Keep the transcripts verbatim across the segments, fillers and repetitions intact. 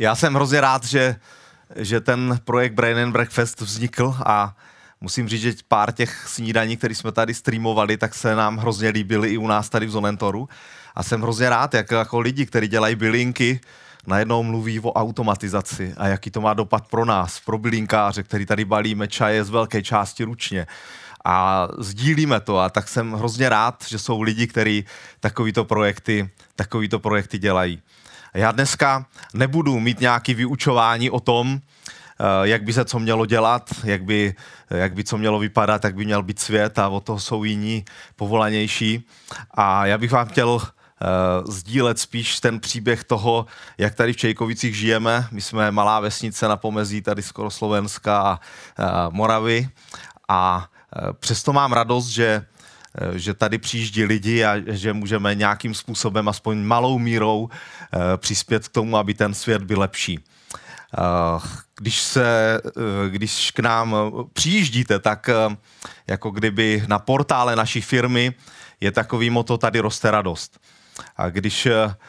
Já jsem hrozně rád, že, že ten projekt Brain and Breakfast vznikl a musím říct, že pár těch snídaní, které jsme tady streamovali, tak se nám hrozně líbily i u nás tady v Zonentoru. A jsem hrozně rád, jak jako lidi, kteří dělají bylinky, najednou mluví o automatizaci a jaký to má dopad pro nás, pro bylinkáře, který tady balíme čaje z velké části ručně. A sdílíme to a tak jsem hrozně rád, že jsou lidi, kteří takovýto projekty, takovýto projekty dělají. Já dneska nebudu mít nějaké vyučování o tom, jak by se co mělo dělat, jak by, jak by co mělo vypadat, jak by měl být svět a o toho jsou jiní povolanější. A já bych vám chtěl uh, sdílet spíš ten příběh toho, jak tady v Čejkovicích žijeme. My jsme malá vesnice na pomezí tady skoro Slovenska a uh, Moravy a uh, přesto mám radost, že že tady přijíždí lidi a že můžeme nějakým způsobem, aspoň malou mírou, přispět k tomu, aby ten svět byl lepší. Když, se, když k nám přijíždíte, tak jako kdyby na portále naší firmy je takový motto Tady roste radost. A když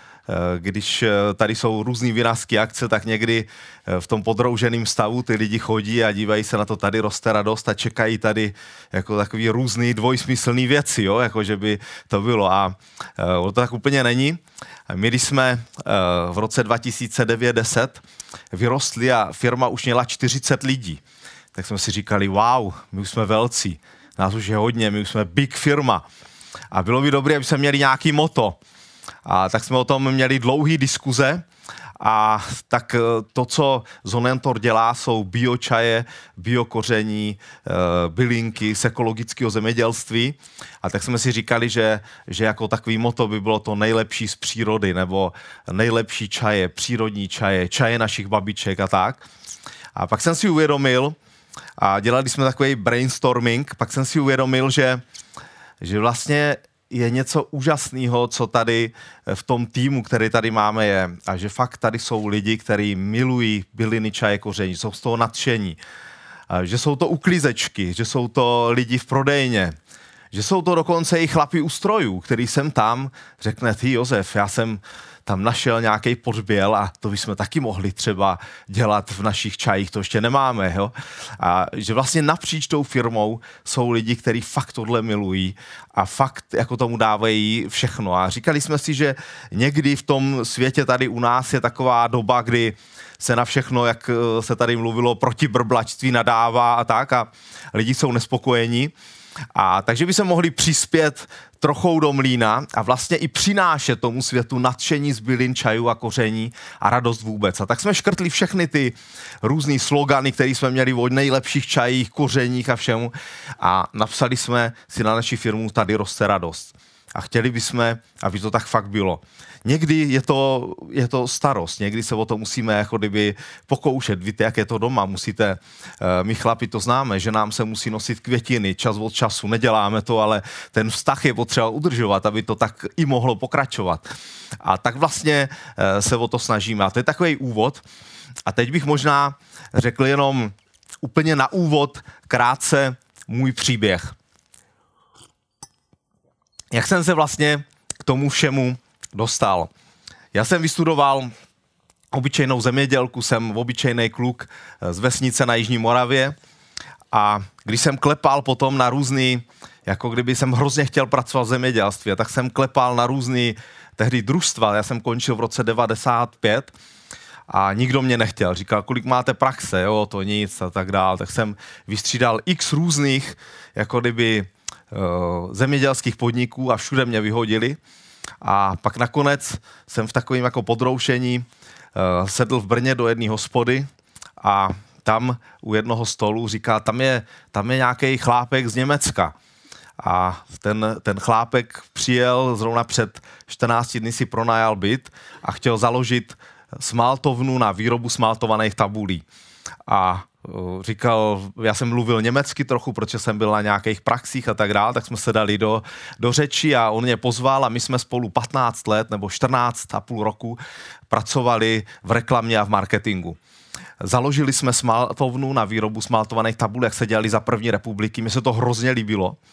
Když tady jsou různý výrazky akce, tak někdy v tom podrouženém stavu ty lidi chodí a dívají se na to Tady roste radost a čekají tady jako takový různý dvojsmyslný věci, jo? Jako že by to bylo. A to tak úplně není. My, když jsme v roce dva tisíce devět deset vyrostli a firma už měla čtyřicet lidí, tak jsme si říkali, wow, my už jsme velcí, nás už je hodně, my už jsme big firma. A bylo by dobré, aby jsme měli nějaký motto. A tak jsme o tom měli dlouhé diskuze a tak to, co Zonentor dělá, jsou biočaje, biokoření, bylinky z ekologického zemědělství. A tak jsme si říkali, že, že jako takový motto by bylo to nejlepší z přírody nebo nejlepší čaje, přírodní čaje, čaje našich babiček a tak. A pak jsem si uvědomil, a dělali jsme takový brainstorming, pak jsem si uvědomil, že, že vlastně je něco úžasného, co tady v tom týmu, který tady máme, je. A že fakt tady jsou lidi, kteří milují byliny, čaje, koření, jsou z toho nadšení. A že jsou to uklízečky, že jsou to lidi v prodejně, že jsou to dokonce i chlapi u strojů, který jsem tam řekne, ty Josef, já jsem tam našel nějaký podběl a to bychom taky mohli třeba dělat v našich čajích, to ještě nemáme, jo. A že vlastně napříč tou firmou jsou lidi, kteří fakt tohle milují a fakt jako tomu dávají všechno. A říkali jsme si, že někdy v tom světě tady u nás je taková doba, kdy se na všechno, jak se tady mluvilo, proti brblačství nadává a tak a lidi jsou nespokojení. A takže by se mohli přispět trochou do mlýna a vlastně i přinášet tomu světu nadšení z bylin, čajů a koření a radost vůbec. A tak jsme škrtli všechny ty různý slogany, které jsme měli o nejlepších čajích, kořeních a všemu a napsali jsme si na naši firmu Tady roste radost. A chtěli bychom, aby to tak fakt bylo. Někdy je to, je to starost, někdy se o to musíme jako kdyby pokoušet. Víte, jak je to doma, musíte, my chlapi to známe, že nám se musí nosit květiny čas od času, neděláme to, ale ten vztah je potřeba udržovat, aby to tak i mohlo pokračovat. A tak vlastně se o to snažíme. A to je takový úvod. A teď bych možná řekl jenom úplně na úvod krátce můj příběh. Jak jsem se vlastně k tomu všemu dostal? Já jsem vystudoval obyčejnou zemědělku, jsem obyčejný kluk z vesnice na Jižní Moravě a když jsem klepal potom na různý, jako kdyby jsem hrozně chtěl pracovat v zemědělství, tak jsem klepal na různý tehdy družstva, já jsem končil v roce devadesát pět a nikdo mě nechtěl, říkal, kolik máte praxe, jo, to nic a tak dál, tak jsem vystřídal x různých, jako kdyby zemědělských podniků a všude mě vyhodili. A pak nakonec jsem v takovém jako podroušení uh, sedl v Brně do jedné hospody a tam u jednoho stolu říká, tam je, tam je nějaký chlápek z Německa. A ten, ten chlápek přijel zrovna před čtrnácti dny si pronajal byt a chtěl založit smaltovnu na výrobu smaltovaných tabulí. A říkal, já jsem mluvil německy trochu, protože jsem byl na nějakých praxích a tak dále, tak jsme se dali do, do řeči a on mě pozval a my jsme spolu patnáct let nebo čtrnáct a půl roku pracovali v reklamě a v marketingu. Založili jsme smaltovnu na výrobu smaltovaných tabulí, jak se dělali za první republiky, mně se to hrozně líbilo.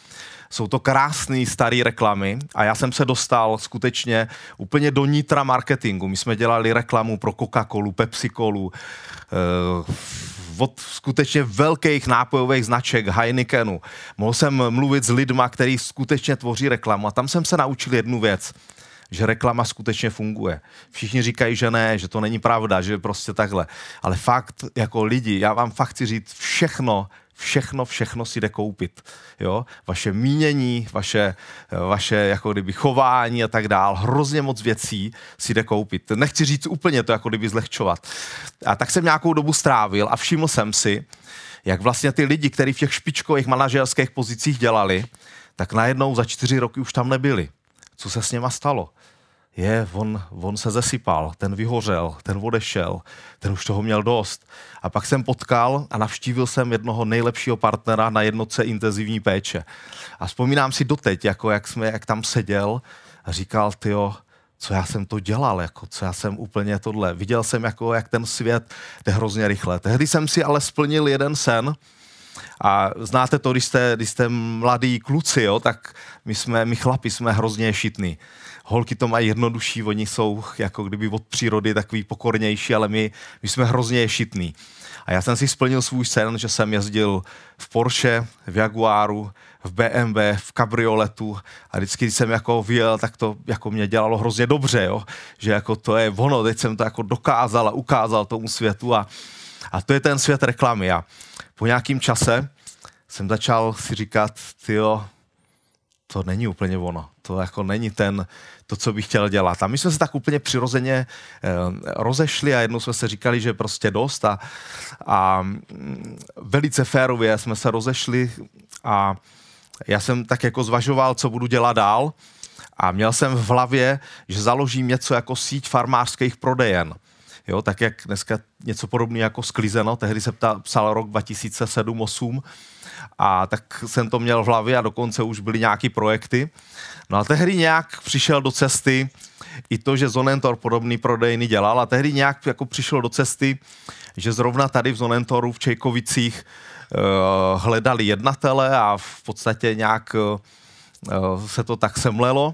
Jsou to krásné staré reklamy a já jsem se dostal skutečně úplně do nitra marketingu. My jsme dělali reklamu pro Coca-Colu, Pepsi-Colu, eh, od skutečně velkých nápojových značek, Heinekenu. Mohl jsem mluvit s lidma, kteří skutečně tvoří reklamu a tam jsem se naučil jednu věc, že reklama skutečně funguje. Všichni říkají, že ne, že to není pravda, že prostě takhle. Ale fakt, jako lidi, já vám fakt chci říct, všechno, všechno, všechno si jde koupit. Jo? Vaše mínění, vaše, vaše jako kdyby chování a tak dál, hrozně moc věcí si jde koupit. Nechci říct úplně to jako kdyby zlehčovat. A tak jsem nějakou dobu strávil a všiml jsem si, jak vlastně ty lidi, kteří v těch špičkových manažerských pozicích dělali, tak najednou za čtyři roky už tam nebyli. Co se s něma stalo? Je, on, on se zesypal, ten vyhořel, ten odešel, ten už toho měl dost. A pak jsem potkal a navštívil jsem jednoho nejlepšího partnera na jednotce intenzivní péče. A vzpomínám si doteď, jako jak, jsme, jak tam seděl a říkal, tyjo, co já jsem to dělal, jako, co já jsem úplně tohle. Viděl jsem, jako, jak ten svět jde hrozně rychle. Tehdy jsem si ale splnil jeden sen. A znáte to, když jste, když jste mladí kluci, jo, tak my, jsme, my chlapi jsme hrozně šitní. Holky to mají jednodušší, oni jsou jako kdyby od přírody takový pokornější, ale my, my jsme hrozně šitní. A já jsem si splnil svůj sen, že jsem jezdil v Porsche, v Jaguaru, v bé em vé, v kabrioletu a vždycky, když jsem jako vyjel, tak to jako mě dělalo hrozně dobře, jo? Že jako to je ono, teď jsem to jako dokázal a ukázal tomu světu a, a to je ten svět reklamy. A po nějakým čase jsem začal si říkat, tyjo, to není úplně ono, to jako není ten, to, co bych chtěl dělat. A my jsme se tak úplně přirozeně eh, rozešli a jednou jsme se říkali, že prostě dost a, a velice férově jsme se rozešli a já jsem tak jako zvažoval, co budu dělat dál a měl jsem v hlavě, že založím něco jako síť farmářských prodejen. Jo, tak jak dneska něco podobného jako Sklizeno, tehdy se ptal, psal rok dva tisíce sedm osm a tak jsem to měl v hlavě a dokonce už byly nějaký projekty. No a tehdy nějak přišel do cesty i to, že Zonentor podobný prodejny dělal a tehdy nějak jako přišlo do cesty, že zrovna tady v Zonentoru v Čejkovicích uh, hledali jednatele a v podstatě nějak uh, se to tak semlelo.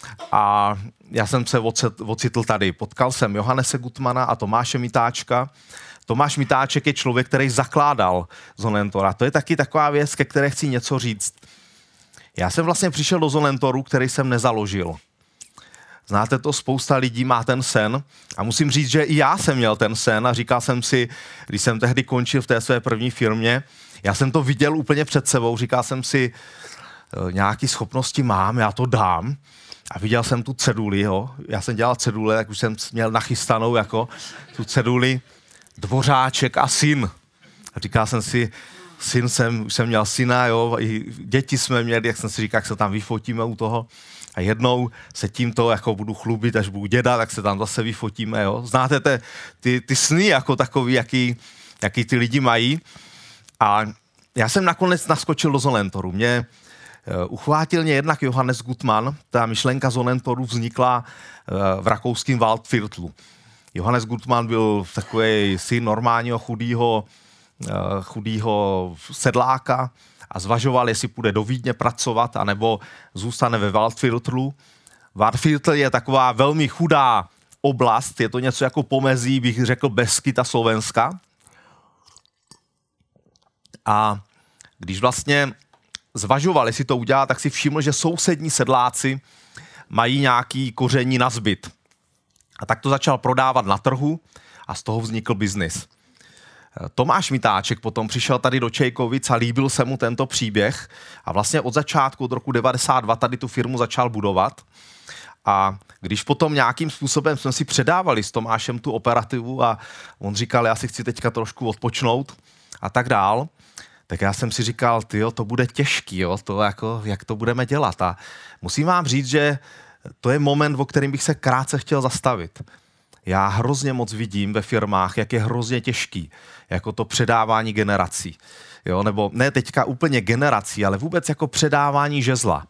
A já jsem se ocitl tady. Potkal jsem Johannese Gutmana a Tomáše Mitáčka. Tomáš Mitáček je člověk, který zakládal Zonentora. To je taky taková věc, ke které chci něco říct. Já jsem vlastně přišel do Zonentoru, který jsem nezaložil. Znáte to, spousta lidí má ten sen a musím říct, že i já jsem měl ten sen a říkal jsem si, když jsem tehdy končil v té své první firmě, já jsem to viděl úplně před sebou, říkal jsem si, nějaké schopnosti mám, já to dám. A viděl jsem tu ceduli, jo. Já jsem dělal cedule, tak už jsem měl nachystanou jako tu ceduli Dvořáček a syn. A říkal jsem si, syn jsem, už jsem měl syna, jo, i děti jsme měli, jak jsem si říkal, jak se tam vyfotíme u toho. A jednou se tímto jako budu chlubit, až budu děda, tak se tam zase vyfotíme, jo. Znáte te, ty, ty sny jako takový, jaký, jaký ty lidi mají. A já jsem nakonec naskočil do Zonentoru. Mě uchvátil mě jednak Johannes Gutman, ta myšlenka Zonentoru vznikla v rakouském Waldviertlu. Johannes Gutman byl takový syn normálního chudýho, chudýho sedláka a zvažoval, jestli půjde do Vídně pracovat, anebo zůstane ve Waldviertlu. Waldviertl je taková velmi chudá oblast, je to něco jako pomezí, bych řekl, Beskyt a Slovenska. A když vlastně zvažoval, jestli to udělá, tak si všiml, že sousední sedláci mají nějaký koření na zbyt. A tak to začal prodávat na trhu a z toho vznikl biznis. Tomáš Mitáček potom přišel tady do Čejkovic a líbil se mu tento příběh a vlastně od začátku, od roku devadesát dva tady tu firmu začal budovat. A když potom nějakým způsobem jsme si předávali s Tomášem tu operativu a on říkal, já si chci teďka trošku odpočnout a tak dál, tak já jsem si říkal, tyjo, to bude těžký, jo, to jako, jak to budeme dělat. A musím vám říct, že to je moment, o kterém bych se krátce chtěl zastavit. Já hrozně moc vidím ve firmách, jak je hrozně těžký, jako to předávání generací. Jo, nebo ne teďka úplně generací, ale vůbec jako předávání žezla.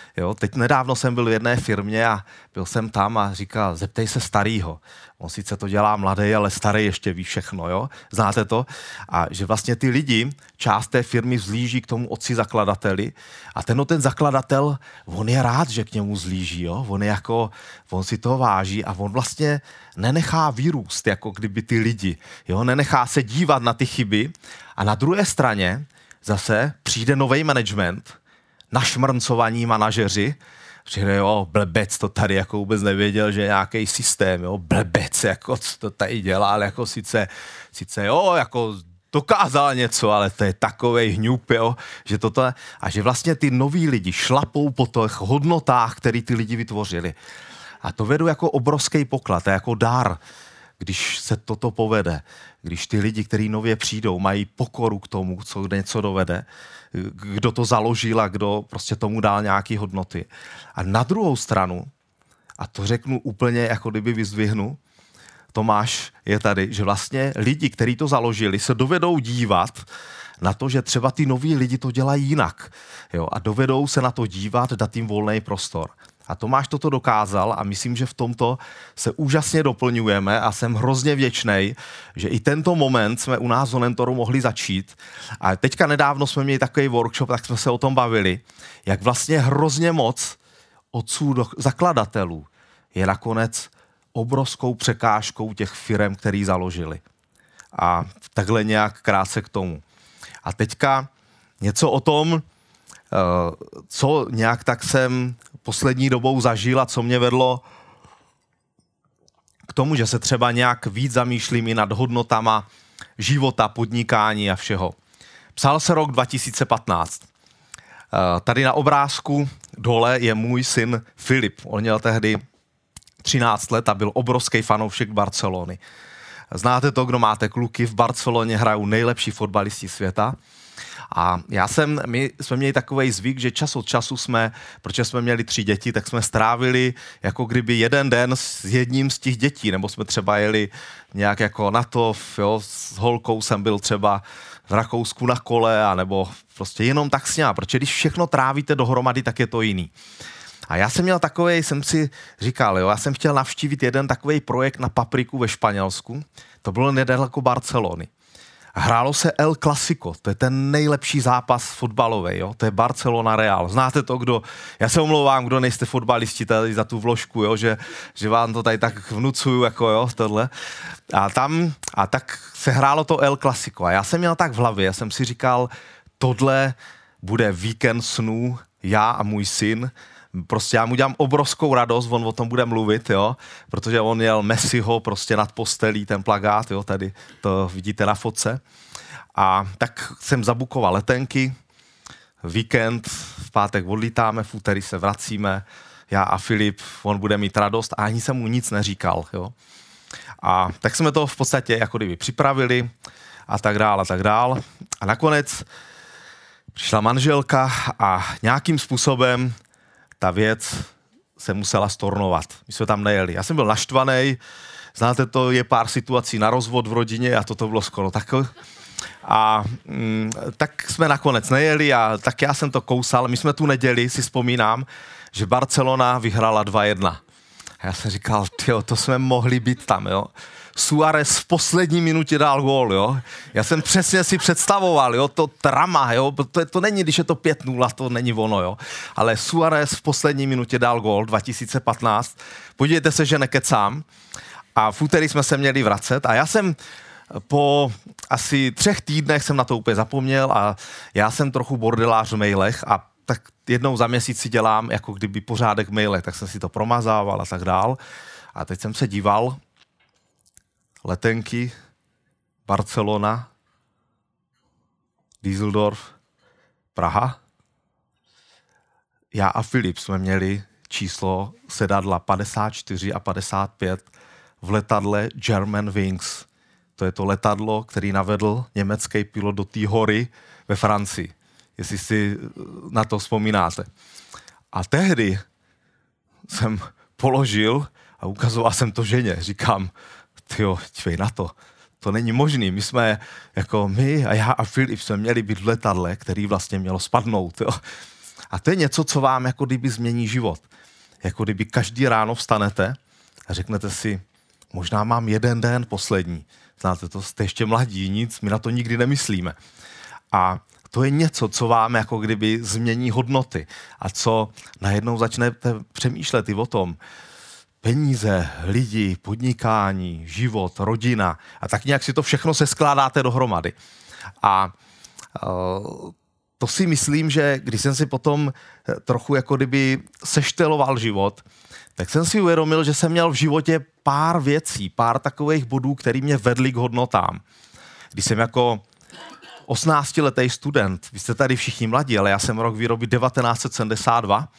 Jo, teď nedávno jsem byl v jedné firmě a byl jsem tam a říkal, zeptej se starýho. On sice to dělá mladý, ale starý ještě ví všechno, jo? Znáte to? A že vlastně ty lidi, část té firmy vzlíží k tomu otci zakladateli a ten ten zakladatel, on je rád, že k němu zlíží, jo? On je jako, on si toho váží a on vlastně nenechá vyrůst, jako kdyby ty lidi, jo? Nenechá se dívat na ty chyby a na druhé straně zase přijde nový management, našmrncovaní manažeři, přijde, jo, blebec to tady jako vůbec nevěděl, že je nějaký systém, jo, blebec, jako co to tady dělal, jako sice, sice jo, jako dokázal něco, ale to je takovej hňup, jo, že toto, a že vlastně ty noví lidi šlapou po těch hodnotách, které ty lidi vytvořili. A to vedu jako obrovský poklad, to je jako dar, když se toto povede, když ty lidi, kteří nově přijdou, mají pokoru k tomu, co něco dovede, kdo to založil a kdo prostě tomu dal nějaký hodnoty. A na druhou stranu, a to řeknu úplně jako kdyby vyzdvihnu, Tomáš je tady, že vlastně lidi, kteří to založili, se dovedou dívat na to, že třeba ty noví lidi to dělají jinak. Jo? A dovedou se na to dívat, dát jim volný prostor. A Tomáš toto dokázal a myslím, že v tomto se úžasně doplňujeme a jsem hrozně vděčnej, že i tento moment jsme u nás v Zonentoru mohli začít. A teďka nedávno jsme měli takový workshop, tak jsme se o tom bavili, jak vlastně hrozně moc otců do, zakladatelů je nakonec obrovskou překážkou těch firem, který založili. A takhle nějak krátce k tomu. A teďka něco o tom, co nějak tak jsem poslední dobou zažil a co mě vedlo k tomu, že se třeba nějak víc zamýšlím i nad hodnotama života, podnikání a všeho. Psal se rok dva tisíce patnáct. Tady na obrázku dole je můj syn Filip. On měl tehdy třináct let a byl obrovský fanoušek Barcelony. Znáte to, kdo máte kluky, v Barceloně hrajou nejlepší fotbalisti světa. A já jsem, my jsme měli takovej zvyk, že čas od času jsme, protože jsme měli tři děti, tak jsme strávili jako kdyby jeden den s jedním z těch dětí, nebo jsme třeba jeli nějak jako na to, jo, s holkou jsem byl třeba v Rakousku na kole, anebo prostě jenom tak s ním, protože když všechno trávíte dohromady, tak je to jiný. A já jsem měl takovej, jsem si říkal, jo, já jsem chtěl navštívit jeden takovej projekt na Papriku ve Španělsku, to bylo nedaleko Barcelony. Hrálo se El Clasico, to je ten nejlepší zápas fotbalový, jo? To je Barcelona Real. Znáte to, kdo, já se omlouvám, kdo nejste fotbalisti tady za tu vložku, jo? Že, že vám to tady tak vnucuju, jako jo, tohle. A tam, a tak se hrálo to El Clasico a já jsem měl tak v hlavě, já jsem si říkal, tohle bude víkend snů, já a můj syn, prostě já mu dělám obrovskou radost, on o tom bude mluvit, jo, protože on jel Messiho prostě nad postelí, ten plakát, jo, tady to vidíte na fotce. A tak jsem zabukoval letenky, víkend, v pátek odlítáme, v úterý se vracíme, já a Filip, on bude mít radost a ani jsem mu nic neříkal, jo. A tak jsme to v podstatě jako kdyby připravili a tak dál a tak dál. A nakonec přišla manželka a nějakým způsobem ta věc se musela stornovat. My jsme tam nejeli. Já jsem byl naštvaný, znáte to, je pár situací na rozvod v rodině a toto bylo skoro takové. A mm, tak jsme nakonec nejeli a tak já jsem to kousal. My jsme tu neděli, si vzpomínám, že Barcelona vyhrála dva jedna. A já jsem říkal, tyjo, to jsme mohli být tam, jo. Suárez v poslední minutě dal gól, jo. Já jsem přesně si představoval, jo, to drama, jo, to, to není, když je to pět nula, to není ono, jo. Ale Suárez v poslední minutě dal gól dva tisíce patnáct. Podívejte se, že nekecám. A v úterý jsme se měli vracet a já jsem po asi třech týdnech jsem na to úplně zapomněl a já jsem trochu bordelář v mailech a tak jednou za měsíc si dělám jako kdyby pořádek v mailech, tak jsem si to promazával a tak dál. A teď jsem se díval, letenky, Barcelona, Düsseldorf, Praha. Já a Filip jsme měli číslo sedadla padesát čtyři a padesát pět v letadle Germanwings. To je to letadlo, který navedl německý pilot do té hory ve Francii, jestli si na to vzpomínáte. A tehdy jsem položil a ukazoval jsem to ženě. Říkám, tyjo, dívej na to, to není možný. My jsme, jako my a já a Filip jsme měli být v letadle, který vlastně mělo spadnout. Jo. A to je něco, co vám jako kdyby změní život. Jako kdyby každý ráno vstanete a řeknete si, možná mám jeden den poslední. Znáte to, jste ještě mladí, nic, my na to nikdy nemyslíme. A to je něco, co vám jako kdyby změní hodnoty a co najednou začnete přemýšlet i o tom, peníze, lidi, podnikání, život, rodina a tak nějak si to všechno se skládáte dohromady. A uh, to si myslím, že když jsem si potom trochu jako kdyby sešteloval život, tak jsem si uvědomil, že jsem měl v životě pár věcí, pár takových bodů, které mě vedly k hodnotám. Když jsem jako osmnáctiletý student, vy jste tady všichni mladí, ale já jsem rok výroby devatenáct set sedmdesát dva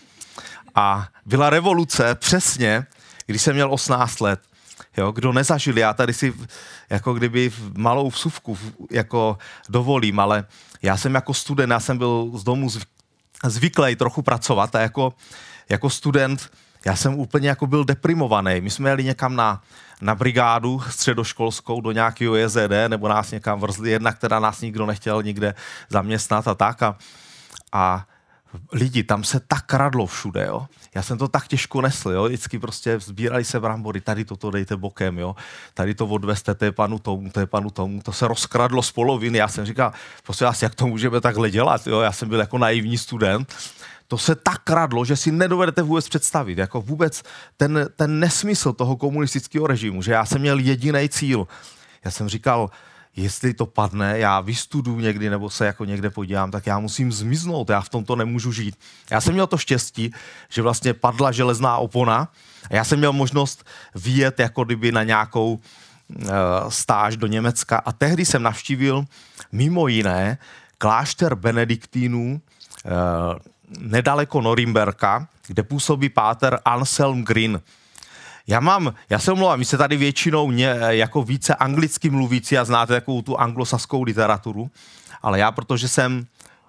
a byla revoluce přesně, když jsem měl osmnáct let. Jo, kdo nezažil, já tady si jako kdyby malou vsuvku jako dovolím, ale já jsem jako student, já jsem byl z domu zvyklý trochu pracovat a jako, jako student já jsem úplně jako byl deprimovaný. My jsme jeli někam na, na brigádu středoškolskou do nějakého J Z D, nebo nás někam vrzli, jedna, která nás nikdo nechtěl nikde zaměstnat a tak. A, a lidi, tam se tak kradlo všude, jo. Já jsem to tak těžko nesl, jo. Vždycky prostě sbírali se brambory, tady toto dejte bokem, jo. Tady to odveste, to je panu tomu, to je panu tomu. To se rozkradlo z poloviny. Já jsem říkal, prostě asi, jak to můžeme takhle dělat, jo. Já jsem byl jako naivní student. To se tak kradlo, že si nedovedete vůbec představit, jako vůbec ten, ten nesmysl toho komunistického režimu, že já jsem měl jediný cíl. Já jsem říkal, jestli to padne, já vystuduju někdy nebo se jako někde podívám, tak já musím zmiznout, já v tomto nemůžu žít. Já jsem měl to štěstí, že vlastně padla železná opona a já jsem měl možnost vyjet jako kdyby na nějakou uh, stáž do Německa a tehdy jsem navštívil mimo jiné klášter benediktínů uh, nedaleko Norimberka, kde působí páter Anselm Green. Já mám, já se omlouvám, my se tady většinou ně, jako více anglicky mluvící a znáte takovou tu anglosaskou literaturu, ale já, protože jsem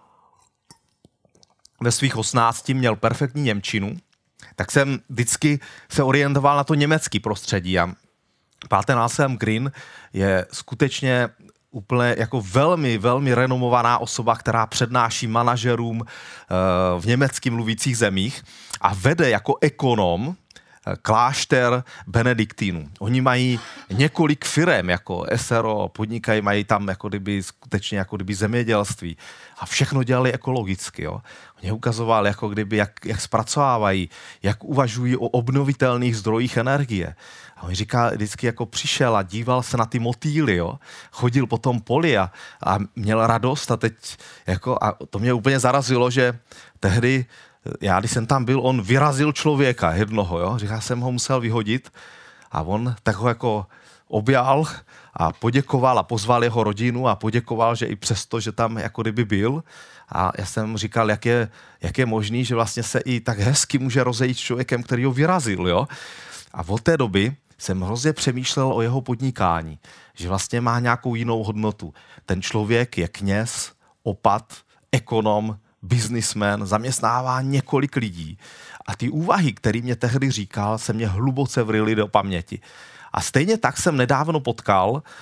ve svých osmnácti měl perfektní němčinu, tak jsem vždycky se orientoval na to německý prostředí a páter Anselm Green je skutečně úplně jako velmi, velmi renomovaná osoba, která přednáší manažerům v německy mluvících zemích a vede jako ekonom klášter benediktínů. Oni mají několik firem, jako S R O, podnikají, mají tam jako kdyby, skutečně jako kdyby zemědělství a všechno dělali ekologicky. Jo. Oni ukazovali, jako kdyby, jak, jak zpracovávají, jak uvažují o obnovitelných zdrojích energie. A on říká, vždycky jako přišel a díval se na ty motýly, jo. Chodil po tom poli a, a měl radost a teď jako, a to mě úplně zarazilo, že tehdy já, když jsem tam byl, on vyrazil člověka jednoho, jo, říká, jsem ho musel vyhodit a on tak ho jako objal a poděkoval a pozval jeho rodinu a poděkoval, že i přesto, že tam jako kdyby byl a já jsem říkal, jak je, jak je možný, že vlastně se i tak hezky může rozejít s člověkem, který ho vyrazil, jo. A od té doby jsem hrozně přemýšlel o jeho podnikání, že vlastně má nějakou jinou hodnotu. Ten člověk je kněz, opat, ekonom, businessman, zaměstnává několik lidí. A ty úvahy, které mě tehdy říkal, se mě hluboce vryly do paměti. A stejně tak jsem nedávno potkal uh,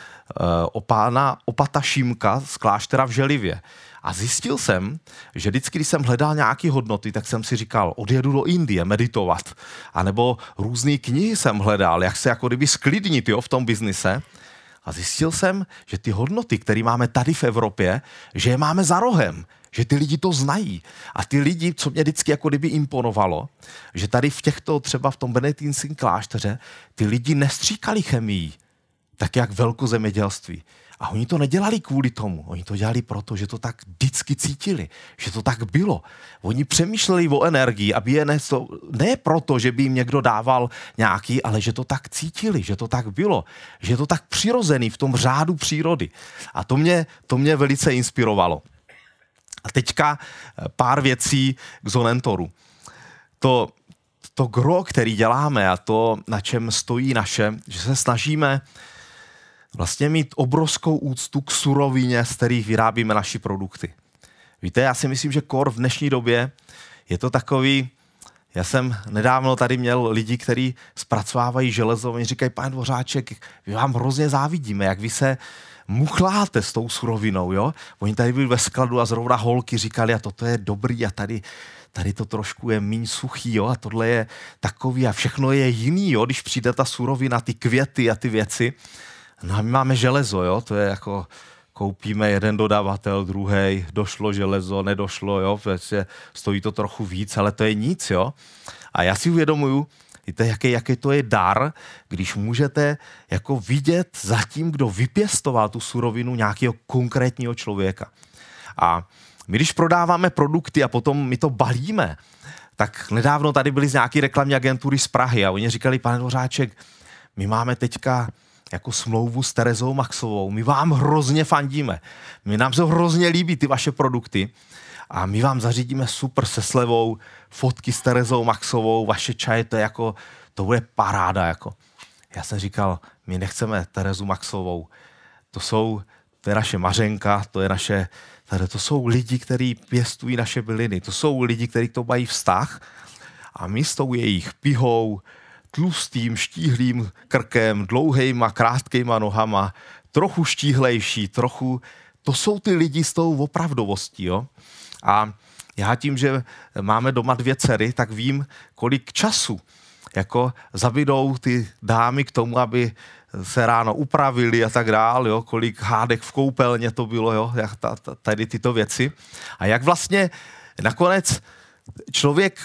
opána opata Šímka z kláštera v Želivě. A zjistil jsem, že vždycky, když jsem hledal nějaké hodnoty, tak jsem si říkal, odjedu do Indie meditovat. A nebo různé knihy jsem hledal, jak se jako kdyby sklidnit, jo, v tom biznise. A zjistil jsem, že ty hodnoty, které máme tady v Evropě, že je máme za rohem. Že ty lidi to znají. A ty lidi, co mě vždycky jako kdyby imponovalo, že tady v těchto, třeba v tom benediktínském klášteře, ty lidi nestříkali chemii, tak jak velkozemědělství. A oni to nedělali kvůli tomu. Oni to dělali proto, že to tak vždycky cítili. Že to tak bylo. Oni přemýšleli o energii, aby je nesto, ne proto, že by jim někdo dával nějaký, ale že to tak cítili, že to tak bylo. Že je to tak přirozený v tom řádu přírody. A to mě, to mě velice inspirovalo. A teďka pár věcí k Zonentoru. To, to gro, který děláme a to, na čem stojí naše, že se snažíme vlastně mít obrovskou úctu k surovině, z kterých vyrábíme naši produkty. Víte, já si myslím, že kor v dnešní době je to takový, já jsem nedávno tady měl lidi, kteří zpracovávají železo, oni říkají, pane Dvořáček, my vám hrozně závidíme, jak vy se muchláte s tou surovinou, jo. Oni tady byli ve skladu a zrovna holky říkali, a toto je dobrý a tady, tady to trošku je míň suchý, jo, a tohle je takový a všechno je jiný, jo, když přijde ta surovina, ty květy a ty věci. No a my máme železo, jo, to je jako, koupíme jeden dodavatel, druhý, došlo železo, nedošlo, jo, protože stojí to trochu víc, ale to je nic, jo. A já si uvědomuju, víte, jaký, jaký to je dar, když můžete jako vidět za tím, kdo vypěstoval tu surovinu nějakého konkrétního člověka. A my, když prodáváme produkty a potom my to balíme, tak nedávno tady byli z nějaké reklamní agentury z Prahy a oni říkali, pane Dvořáček, my máme teďka jako smlouvu s Terezou Maxovou, my vám hrozně fandíme, my nám se hrozně líbí ty vaše produkty a my vám zařídíme super se slevou, fotky s Terezou Maxovou, vaše čaje, to je jako, to bude paráda, jako. Já jsem říkal, my nechceme Terezu Maxovou, to jsou, to je naše Mařenka, to je naše, tady to jsou lidi, kteří pěstují naše byliny, to jsou lidi, kteří to mají vztah a my s tou jejich pihou, tlustým, štíhlým krkem, dlouhejma, krátkejma nohama, trochu štíhlejší, trochu, to jsou ty lidi s tou opravdovostí, jo. A já tím, že máme doma dvě dcery, tak vím, kolik času jako zabydou ty dámy k tomu, aby se ráno upravili a tak dál, jo, kolik hádek v koupelně to bylo, jo, jak ta, ta, tady tyto věci. A jak vlastně nakonec člověk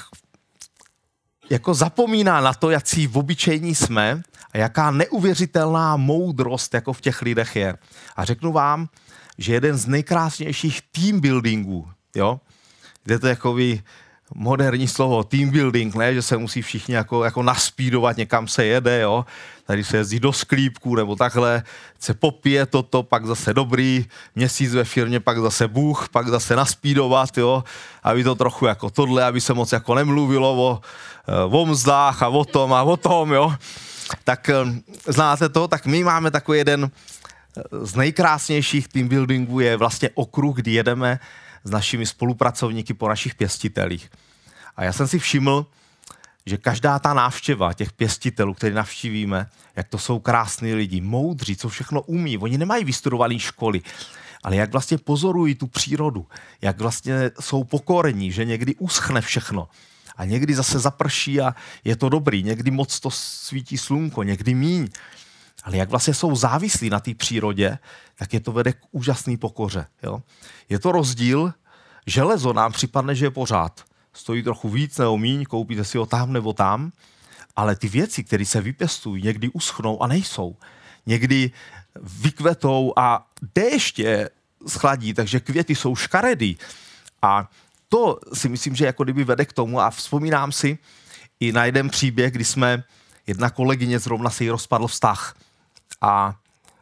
jako zapomíná na to, jaký obyčejní jsme a jaká neuvěřitelná moudrost jako v těch lidech je. A řeknu vám, že jeden z nejkrásnějších team buildingů, jo, je to takový moderní slovo, team building, ne, že se musí všichni jako, jako naspídovat, někam se jede, jo, tady se jezdí do sklípku nebo takhle, se popije toto, pak zase dobrý, měsíc ve firmě, pak zase bůh, pak zase naspídovat, jo, aby to trochu jako tohle, aby se moc jako nemluvilo o, o mzdách a o tom a o tom, jo. Tak znáte to, tak my máme takový jeden z nejkrásnějších team buildingů je vlastně okruh, kdy jedeme s našimi spolupracovníky po našich pěstitelích. A já jsem si všiml, že každá ta návštěva těch pěstitelů, které navštívíme, jak to jsou krásní lidi, moudří, co všechno umí, oni nemají vystudované školy, ale jak vlastně pozorují tu přírodu, jak vlastně jsou pokorní, že někdy uschne všechno a někdy zase zaprší a je to dobrý, někdy moc to svítí slunko, někdy míň. Ale jak vlastně jsou závislí na té přírodě, tak je to vede k úžasné pokoře. Jo? Je to rozdíl, železo nám připadne, že je pořád. Stojí trochu víc nebo míň, koupíte si ho tam nebo tam, ale ty věci, které se vypěstují, někdy uschnou a nejsou. Někdy vykvetou a déšť je schladí, takže květy jsou škaredý. A to si myslím, že jako kdyby vede k tomu a vzpomínám si i na jeden příběh, kdy jsme, jedna kolegyně zrovna se jí rozpadl vztah. A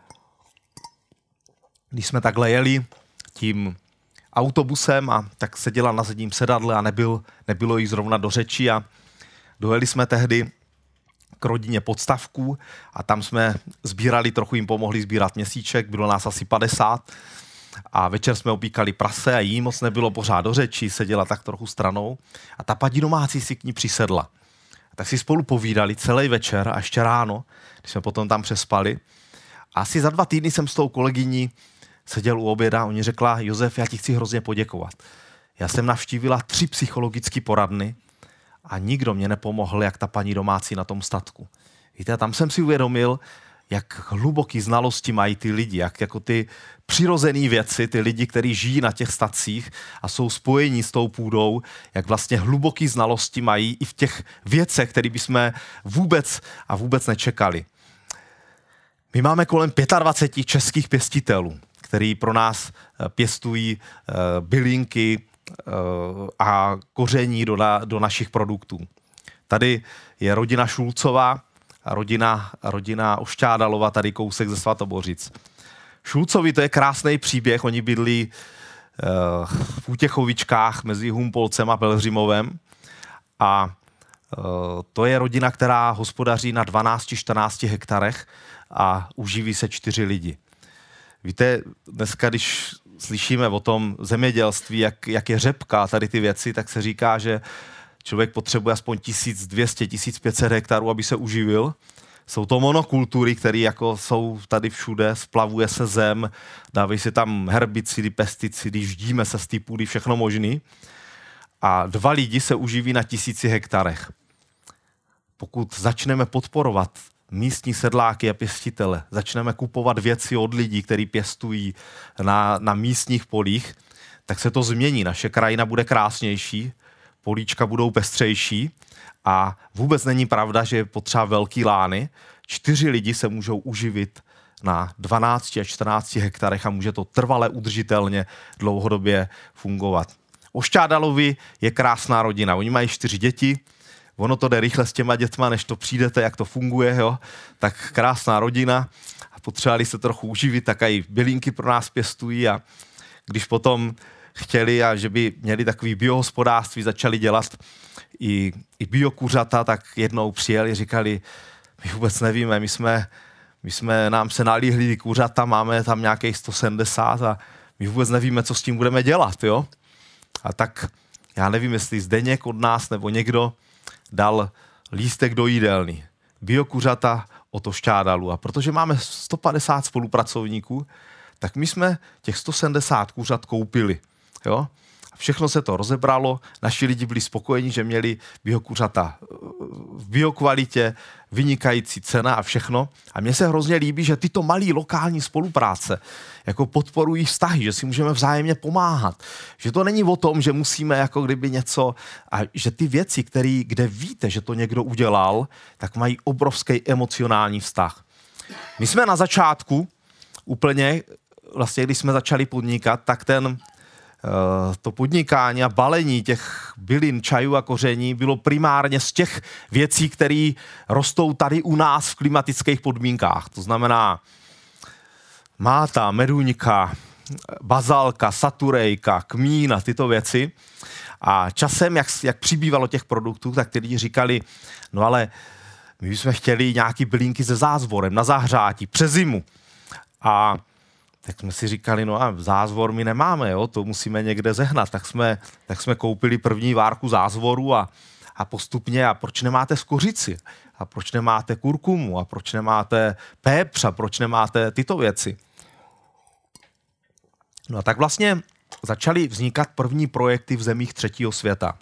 když jsme takhle jeli tím autobusem a tak seděla na zadním sedadle a nebyl, nebylo jí zrovna do řeči a dojeli jsme tehdy k rodině Podstavků a tam jsme sbírali, trochu jim pomohli sbírat měsíček, bylo nás asi padesát a večer jsme opíkali prase a jí moc nebylo pořád do řeči, seděla tak trochu stranou a ta paní domácí si k ní přisedla. Tak si spolu povídali celý večer a ještě ráno, když jsme potom tam přespali. A asi za dva týdny jsem s tou kolegyní seděl u oběda a oni řekla, Josef, já ti chci hrozně poděkovat. Já jsem navštívila tři psychologické poradny a nikdo mě nepomohl, jak ta paní domácí na tom statku. Víte, a tam jsem si uvědomil, jak hluboký znalosti mají ty lidi, jak jako ty přirozené věci, ty lidi, kteří žijí na těch stacích a jsou spojení s tou půdou, jak vlastně hluboký znalosti mají i v těch věcech, které bychom vůbec a vůbec nečekali. My máme kolem dvacet pět českých pěstitelů, který pro nás pěstují uh, bylinky uh, a koření do, na, do našich produktů. Tady je rodina Šulcová, a rodina, rodina Ošťádalova, tady kousek ze Svatobořic. Šulcovi to je krásný příběh, oni bydlí uh, v Útěchovičkách mezi Humpolcem a Pelhřimovem a uh, to je rodina, která hospodaří na dvanáct čtrnáct hektarech a uživí se čtyři lidi. Víte, dneska, když slyšíme o tom zemědělství, jak, jak je řepka, tady ty věci, tak se říká, že člověk potřebuje aspoň tisíc dvě stě, tisíc pět set hektarů, aby se uživil. Jsou to monokultury, které jako jsou tady všude, splavuje se zem, dávají se tam herbicidy, pesticidy, ždíme se z té půdy, všechno možný. A dva lidi se uživí na tisíci hektarech. Pokud začneme podporovat místní sedláky a pěstitele, začneme kupovat věci od lidí, kteří pěstují na, na místních polích, tak se to změní. Naše krajina bude krásnější, políčka budou pestřejší a vůbec není pravda, že je potřeba velký lány. Čtyři lidi se můžou uživit na dvanácti až čtrnácti hektarech a může to trvale udržitelně dlouhodobě fungovat. O Šťádalovi je krásná rodina. Oni mají čtyři děti, ono to jde rychle s těma dětma, než to přijdete, jak to funguje, jo? Tak krásná rodina a potřebovali se trochu uživit, tak i bylinky pro nás pěstují a když potom chtěli a že by měli takový biohospodářství, začali dělat i, i biokuřata, tak jednou přijeli, říkali, my vůbec nevíme, my jsme, my jsme nám se nalíhli ty kuřata, máme tam nějakých sto sedmdesát a my vůbec nevíme, co s tím budeme dělat, jo? A tak já nevím, jestli Zdeněk od nás nebo někdo dal lístek do jídelny. Biokuřata od Šťádalu. A protože máme sto padesát spolupracovníků, tak my jsme těch sto sedmdesát kuřat koupili. Jo? A všechno se to rozebralo, naši lidi byli spokojení, že měli biokuřata v biokvalitě, vynikající cena a všechno. A mně se hrozně líbí, že tyto malé lokální spolupráce jako podporují vztahy, že si můžeme vzájemně pomáhat. Že to není o tom, že musíme jako kdyby něco, a že ty věci, který, kde víte, že to někdo udělal, tak mají obrovský emocionální vztah. My jsme na začátku úplně, vlastně když jsme začali podnikat, tak ten to podnikání a balení těch bylin, čajů a koření bylo primárně z těch věcí, které rostou tady u nás v klimatických podmínkách. To znamená máta, meduňka, bazalka, saturejka, kmín a tyto věci. A časem, jak, jak přibývalo těch produktů, tak ty lidi říkali, no ale my bychom chtěli nějaký bylinky se zázvorem na zahřátí, přes zimu. A tak jsme si říkali, no a zázvor my nemáme, jo, to musíme někde zehnat. Tak jsme, tak jsme koupili první várku zázvoru a, a postupně, a proč nemáte skořici? A proč nemáte kurkumu? A proč nemáte pepř? A proč nemáte tyto věci? No a tak vlastně začaly vznikat první projekty v zemích třetího světa.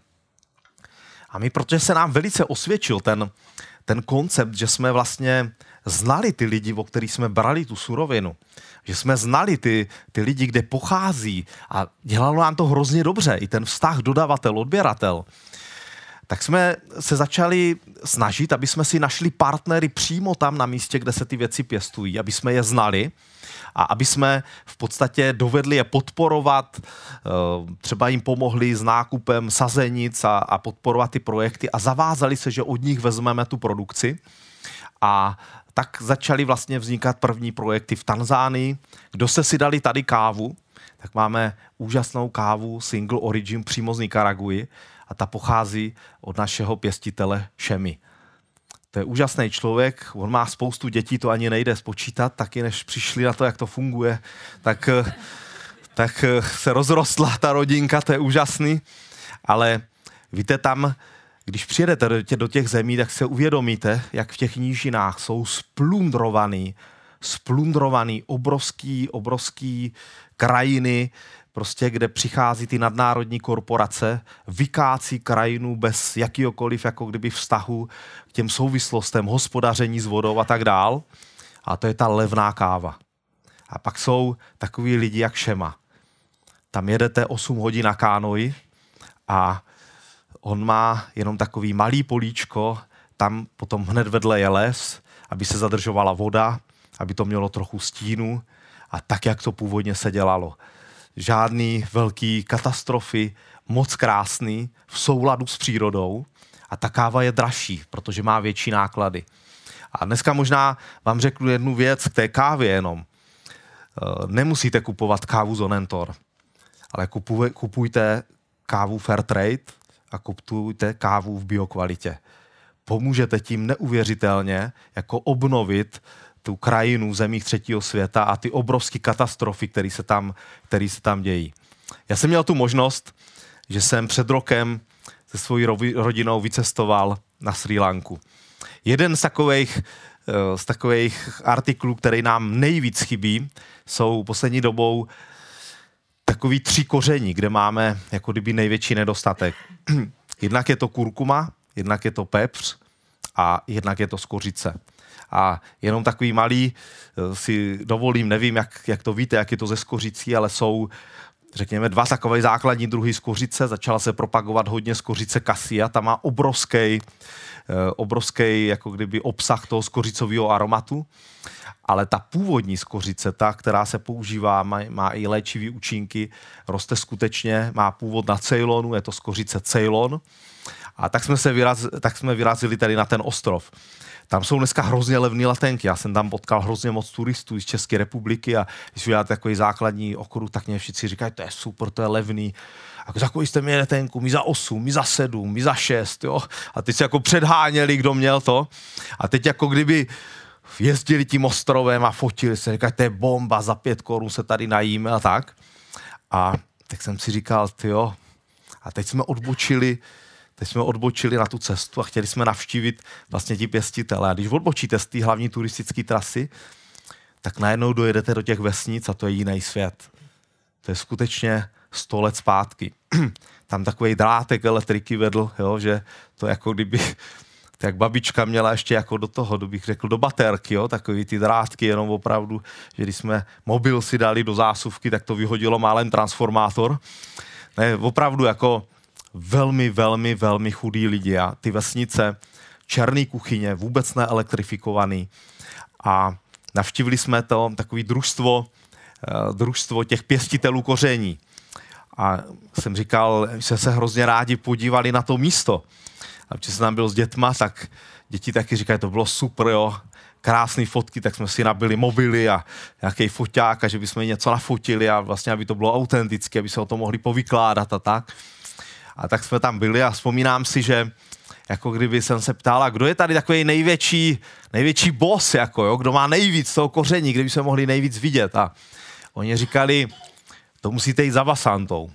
A my, protože se nám velice osvědčil ten, ten koncept, že jsme vlastně znali ty lidi, o kterých jsme brali tu surovinu, že jsme znali ty, ty lidi, kde pochází a dělalo nám to hrozně dobře, i ten vztah dodavatel-odběratel, tak jsme se začali snažit, aby jsme si našli partnery přímo tam na místě, kde se ty věci pěstují, aby jsme je znali a aby jsme v podstatě dovedli je podporovat, třeba jim pomohli s nákupem sazenic a, a podporovat ty projekty a zavázali se, že od nich vezmeme tu produkci. A tak začaly vlastně vznikat první projekty v Tanzánii. Kdo se si dali tady kávu, tak máme úžasnou kávu Single Origin přímo z Nikaraguji a ta pochází od našeho pěstitele Šemi. To je úžasný člověk, on má spoustu dětí, to ani nejde spočítat, taky než přišli na to, jak to funguje, tak, tak se rozrostla ta rodinka, to je úžasný, ale víte tam, když přijedete do těch, do těch zemí, tak se uvědomíte, jak v těch nížinách jsou splundrovaný, splundrovaný obrovský, obrovský krajiny, prostě kde přichází ty nadnárodní korporace, vykácí krajinu bez jakýhokoliv jako kdyby vztahu k těm souvislostem, hospodaření s vodou a tak dál. A to je ta levná káva. A pak jsou takový lidi jak Šema. Tam jedete osm hodin na kánoji a on má jenom takový malý políčko, tam potom hned vedle je les, aby se zadržovala voda, aby to mělo trochu stínu a tak, jak to původně se dělalo. Žádný velký katastrofy, moc krásný, v souladu s přírodou a ta káva je dražší, protože má větší náklady. A dneska možná vám řeknu jednu věc k té kávě jenom. Nemusíte kupovat kávu Zonentor, ale kupujte kávu Fairtrade a kupujte kávu v biokvalitě. Pomůžete tím neuvěřitelně jako obnovit tu krajinu v zemích třetího světa a ty obrovské katastrofy, které se tam, které se tam dějí. Já jsem měl tu možnost, že jsem před rokem se svojí rodinou vycestoval na Srí Lanku. Jeden z takových z takových artiklů, který nám nejvíc chybí, jsou poslední dobou takový tři koření, kde máme jako kdyby největší nedostatek. Jednak je to kurkuma, jednak je to pepř a jednak je to skořice. A jenom takový malý si dovolím, nevím, jak, jak to víte, jak je to ze skořicí, ale jsou, řekněme, dva takové základní druhy skořice. Začala se propagovat hodně skořice cassia, ta má obrovský, obrovský jako kdyby obsah toho skořicového aromatu, ale ta původní skořice, ta, která se používá, má, má i léčivý účinky, roste skutečně, má původ na Ceylonu, je to skořice Ceylon. A tak jsme, se vyraz, tak jsme vyrazili tady na ten ostrov. Tam jsou dneska hrozně levné letenky. Já jsem tam potkal hrozně moc turistů z České republiky a když uděláte takový základní okruh, tak mě všichni říkají, to je super, to je levný. A za kolik jste měli letenku? My za osm, my za sedm, my za šest, jo. A teď se jako předháněli, kdo měl to. A teď jako kdyby jezdili tím ostrovem a fotili se, říkají, to je bomba, za pět korun se tady najíme a tak. A tak jsem si říkal, tyjo. A teď jsme odbočili Teď jsme odbočili na tu cestu a chtěli jsme navštívit vlastně ti pěstitele. A když odbočíte z té hlavní turistické trasy, tak najednou dojedete do těch vesnic a to je jiný svět. To je skutečně sto let zpátky. Tam takovej drátek elektriky vedl, jo, že to jako kdyby, to jak babička měla ještě jako do toho, bych řekl, do baterky, jo, takový ty drátky, jenom opravdu, že když jsme mobil si dali do zásuvky, tak to vyhodilo málem transformátor. Ne, opravdu jako velmi, velmi, velmi chudí lidi a ty vesnice, černý kuchyně, vůbec neelektrifikovaný. A navštívili jsme to takový družstvo, družstvo těch pěstitelů koření. A jsem říkal, že se hrozně rádi podívali na to místo. A když jsem tam byl s dětma, tak děti taky říkají, to bylo super, jo, krásné fotky, tak jsme si nabili mobily a nějaký foťák a že bychom něco nafotili a vlastně, aby to bylo autentické, aby se o tom mohli povykládat a tak. A tak jsme tam byli a vzpomínám si, že jako kdyby jsem se ptala, kdo je tady takový největší, největší boss, jako, jo? Kdo má nejvíc toho koření, kde by se mohli nejvíc vidět. A oni říkali, to musíte jít za Vasantou.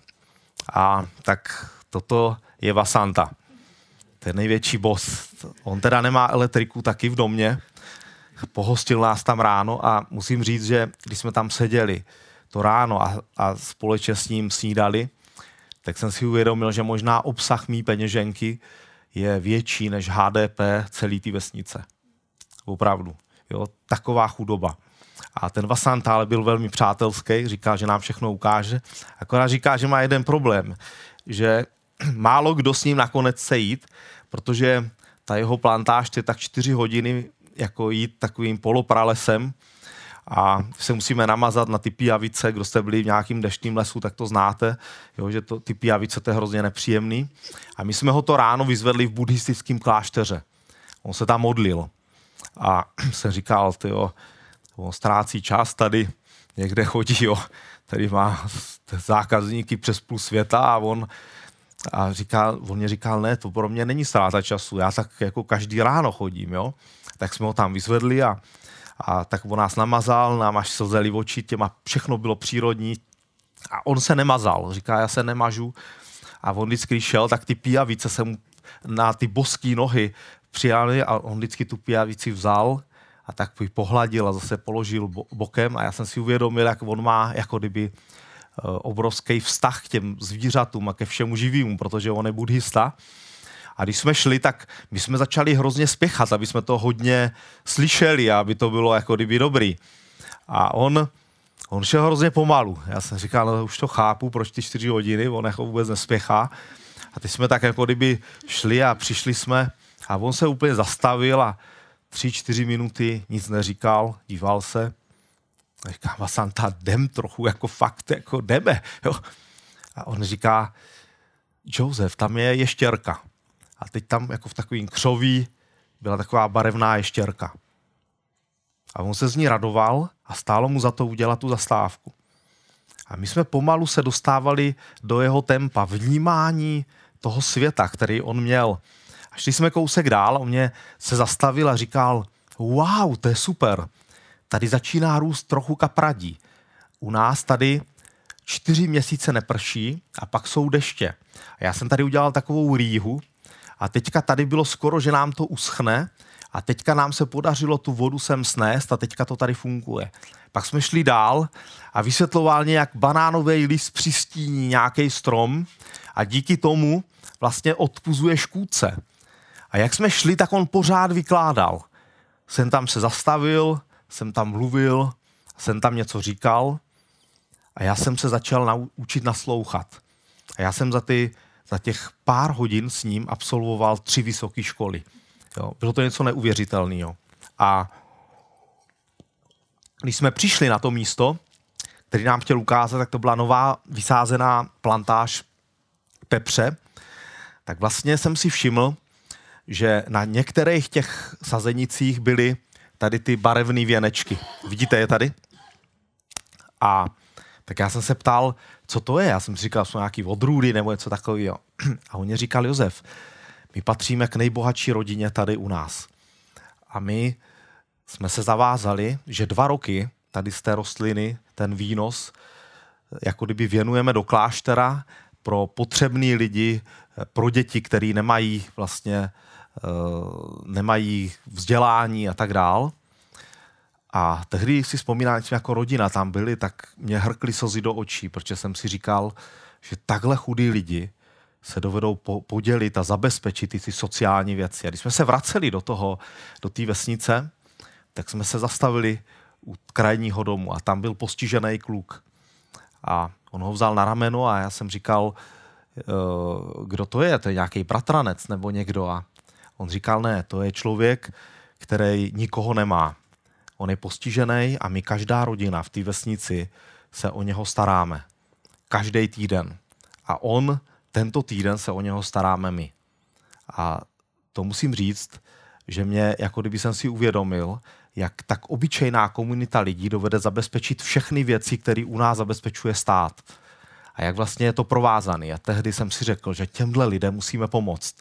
A tak toto je Vasanta. Ten největší boss. On teda nemá elektriku taky v domě. Pohostil nás tam ráno a musím říct, že když jsme tam seděli to ráno a, a společně s ním snídali, tak jsem si uvědomil, že možná obsah mý peněženky je větší než H D P celé té vesnice. Opravdu. Jo, taková chudoba. A ten Vasanta ale byl velmi přátelský, říká, že nám všechno ukáže. Akorát říká, že má jeden problém, že málo kdo s ním nakonec chce jít, protože ta jeho plantáž je tak čtyři hodiny jako jít takovým polopralesem, a se musíme namazat na ty pijavice, kdo jste byli v nějakým deštným lesu, tak to znáte, jo, že to, ty pijavice to je hrozně nepříjemný. A my jsme ho to ráno vyzvedli v buddhistickém klášteře. On se tam modlil. A jsem říkal, tyjo, on ztrácí čas tady, někde chodí, jo, tady má zákazníky přes půl světa a on, a říkal, on mě říkal, ne, to pro mě není ztráta času, já tak jako každý ráno chodím, jo. Tak jsme ho tam vyzvedli a A tak on nás namazal, nám až slzeli oči, těma všechno bylo přírodní. A on se nemazal, říká, já se nemažu. A on vždycky šel, tak ty pijavice se mu na ty boský nohy přijali a on vždycky tu pijavici vzal a tak ji pohladil a zase položil bokem. A já jsem si uvědomil, jak on má jako kdyby obrovský vztah k těm zvířatům a ke všemu živýmu, protože on je buddhista. A když jsme šli, tak my jsme začali hrozně spěchat, aby jsme to hodně slyšeli, aby to bylo jako kdyby dobrý. A on, on šel hrozně pomalu. Já jsem říkal, no, už to chápu, proč ty čtyři hodiny, on jako vůbec nespěchá. A teď jsme tak jako kdyby šli a přišli jsme a on se úplně zastavil a tři, čtyři minuty nic neříkal, díval se. A říká, Vasanta, jdem trochu, jako fakt, jako jdeme. Jo. A on říká, Josef, tam je ještěrka. A teď tam jako v takovým křoví byla taková barevná ještěrka. A on se z ní radoval a stálo mu za to udělat tu zastávku. A my jsme pomalu se dostávali do jeho tempa, vnímání toho světa, který on měl. A šli jsme kousek dál, on mě se zastavil a říkal, wow, to je super. Tady začíná růst trochu kapradí. U nás tady čtyři měsíce neprší a pak jsou deště. A já jsem tady udělal takovou rýhu a teďka tady bylo skoro, že nám to uschne a teďka nám se podařilo tu vodu sem snést a teďka to tady funguje. Pak jsme šli dál a vysvětloval nějak banánový list přistíní nějaký strom a díky tomu vlastně odpuzuje škůdce. A jak jsme šli, tak on pořád vykládal. Jsem tam se zastavil, jsem tam mluvil, jsem tam něco říkal a já jsem se začal naučit naslouchat. A já jsem za, ty, za těch pár hodin s ním absolvoval tři vysoké školy. Jo, bylo to něco neuvěřitelného. A když jsme přišli na to místo, který nám chtěl ukázat, tak to byla nová vysázená plantáž pepře, tak vlastně jsem si všiml, že na některých těch sazenicích byly tady ty barevné věnečky. Vidíte je tady? A tak já jsem se ptal, co to je. Já jsem si říkal, jsou nějaký odrůdy nebo něco takového. A on mě říkal, Josef, my patříme k nejbohatší rodině tady u nás. A my jsme se zavázali, že dva roky tady z té rostliny, ten výnos, jako kdyby věnujeme do kláštera pro potřebný lidi, pro děti, který nemají vlastně nemají vzdělání a tak dál. A tehdy si vzpomínám, že jako rodina tam byli, tak mě hrkly slzy do očí, protože jsem si říkal, že takhle chudí lidi se dovedou po- podělit a zabezpečit ty, ty sociální věci. A když jsme se vraceli do toho, do té vesnice, tak jsme se zastavili u krajního domu a tam byl postižený kluk. A on ho vzal na rameno a já jsem říkal, kdo to je? To je nějaký bratranec nebo někdo? A on říkal, ne, to je člověk, který nikoho nemá. On je postižený a my každá rodina v té vesnici se o něho staráme. Každý týden. A on, tento týden se o něho staráme my. A to musím říct, že mě, jako kdyby jsem si uvědomil, jak tak obyčejná komunita lidí dovede zabezpečit všechny věci, které u nás zabezpečuje stát. A jak vlastně je to provázané. A tehdy jsem si řekl, že těmhle lidem musíme pomoct.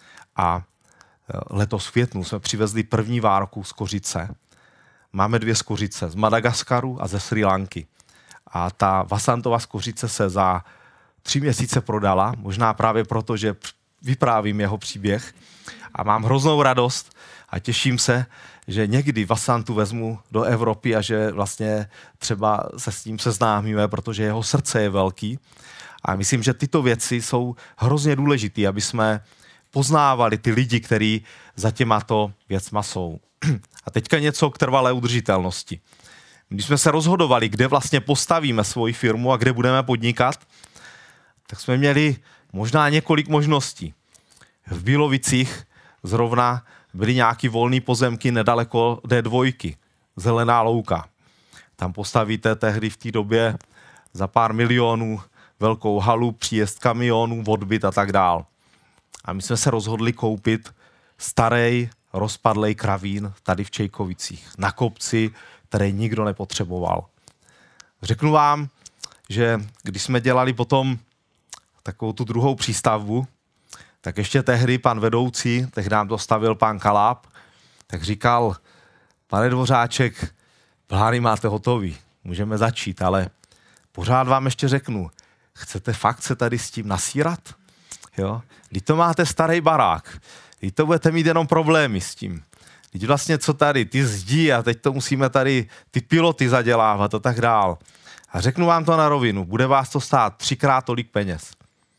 A letos v květnu jsme přivezli první várku z kořice. Máme dvě z kořice, z Madagaskaru a ze Srí Lanky. A ta Vasantova z kořice se za tři měsíce prodala, možná právě proto, že vyprávím jeho příběh. A mám hroznou radost a těším se, že někdy Vasantu vezmu do Evropy a že vlastně třeba se s ním seznámíme, protože jeho srdce je velký. A myslím, že tyto věci jsou hrozně důležité, aby jsme poznávali ty lidi, kteří za těmato věcma jsou. A teďka něco k trvalé udržitelnosti. Když jsme se rozhodovali, kde vlastně postavíme svoji firmu a kde budeme podnikat, tak jsme měli možná několik možností. V Bílovicích zrovna byly nějaký volný pozemky nedaleko D dva, zelená louka. Tam postavíte tehdy v té době za pár milionů velkou halu, příjezd kamionů, odbyt a tak dál. A my jsme se rozhodli koupit starý, rozpadlej kravín tady v Čejkovicích, na kopci, který nikdo nepotřeboval. Řeknu vám, že když jsme dělali potom takovou tu druhou přístavbu, tak ještě tehdy pan vedoucí, tehdy nám to stavil pan Kaláb, tak říkal, pane Dvořáček, plány máte hotový, můžeme začít, ale pořád vám ještě řeknu, chcete fakt se tady s tím nasírat? Jo? Když to máte starý barák, když to budete mít jenom problémy s tím. Když vlastně co tady, ty zdí a teď to musíme tady ty piloty zadělávat a tak dál. A řeknu vám to na rovinu, bude vás to stát třikrát tolik peněz.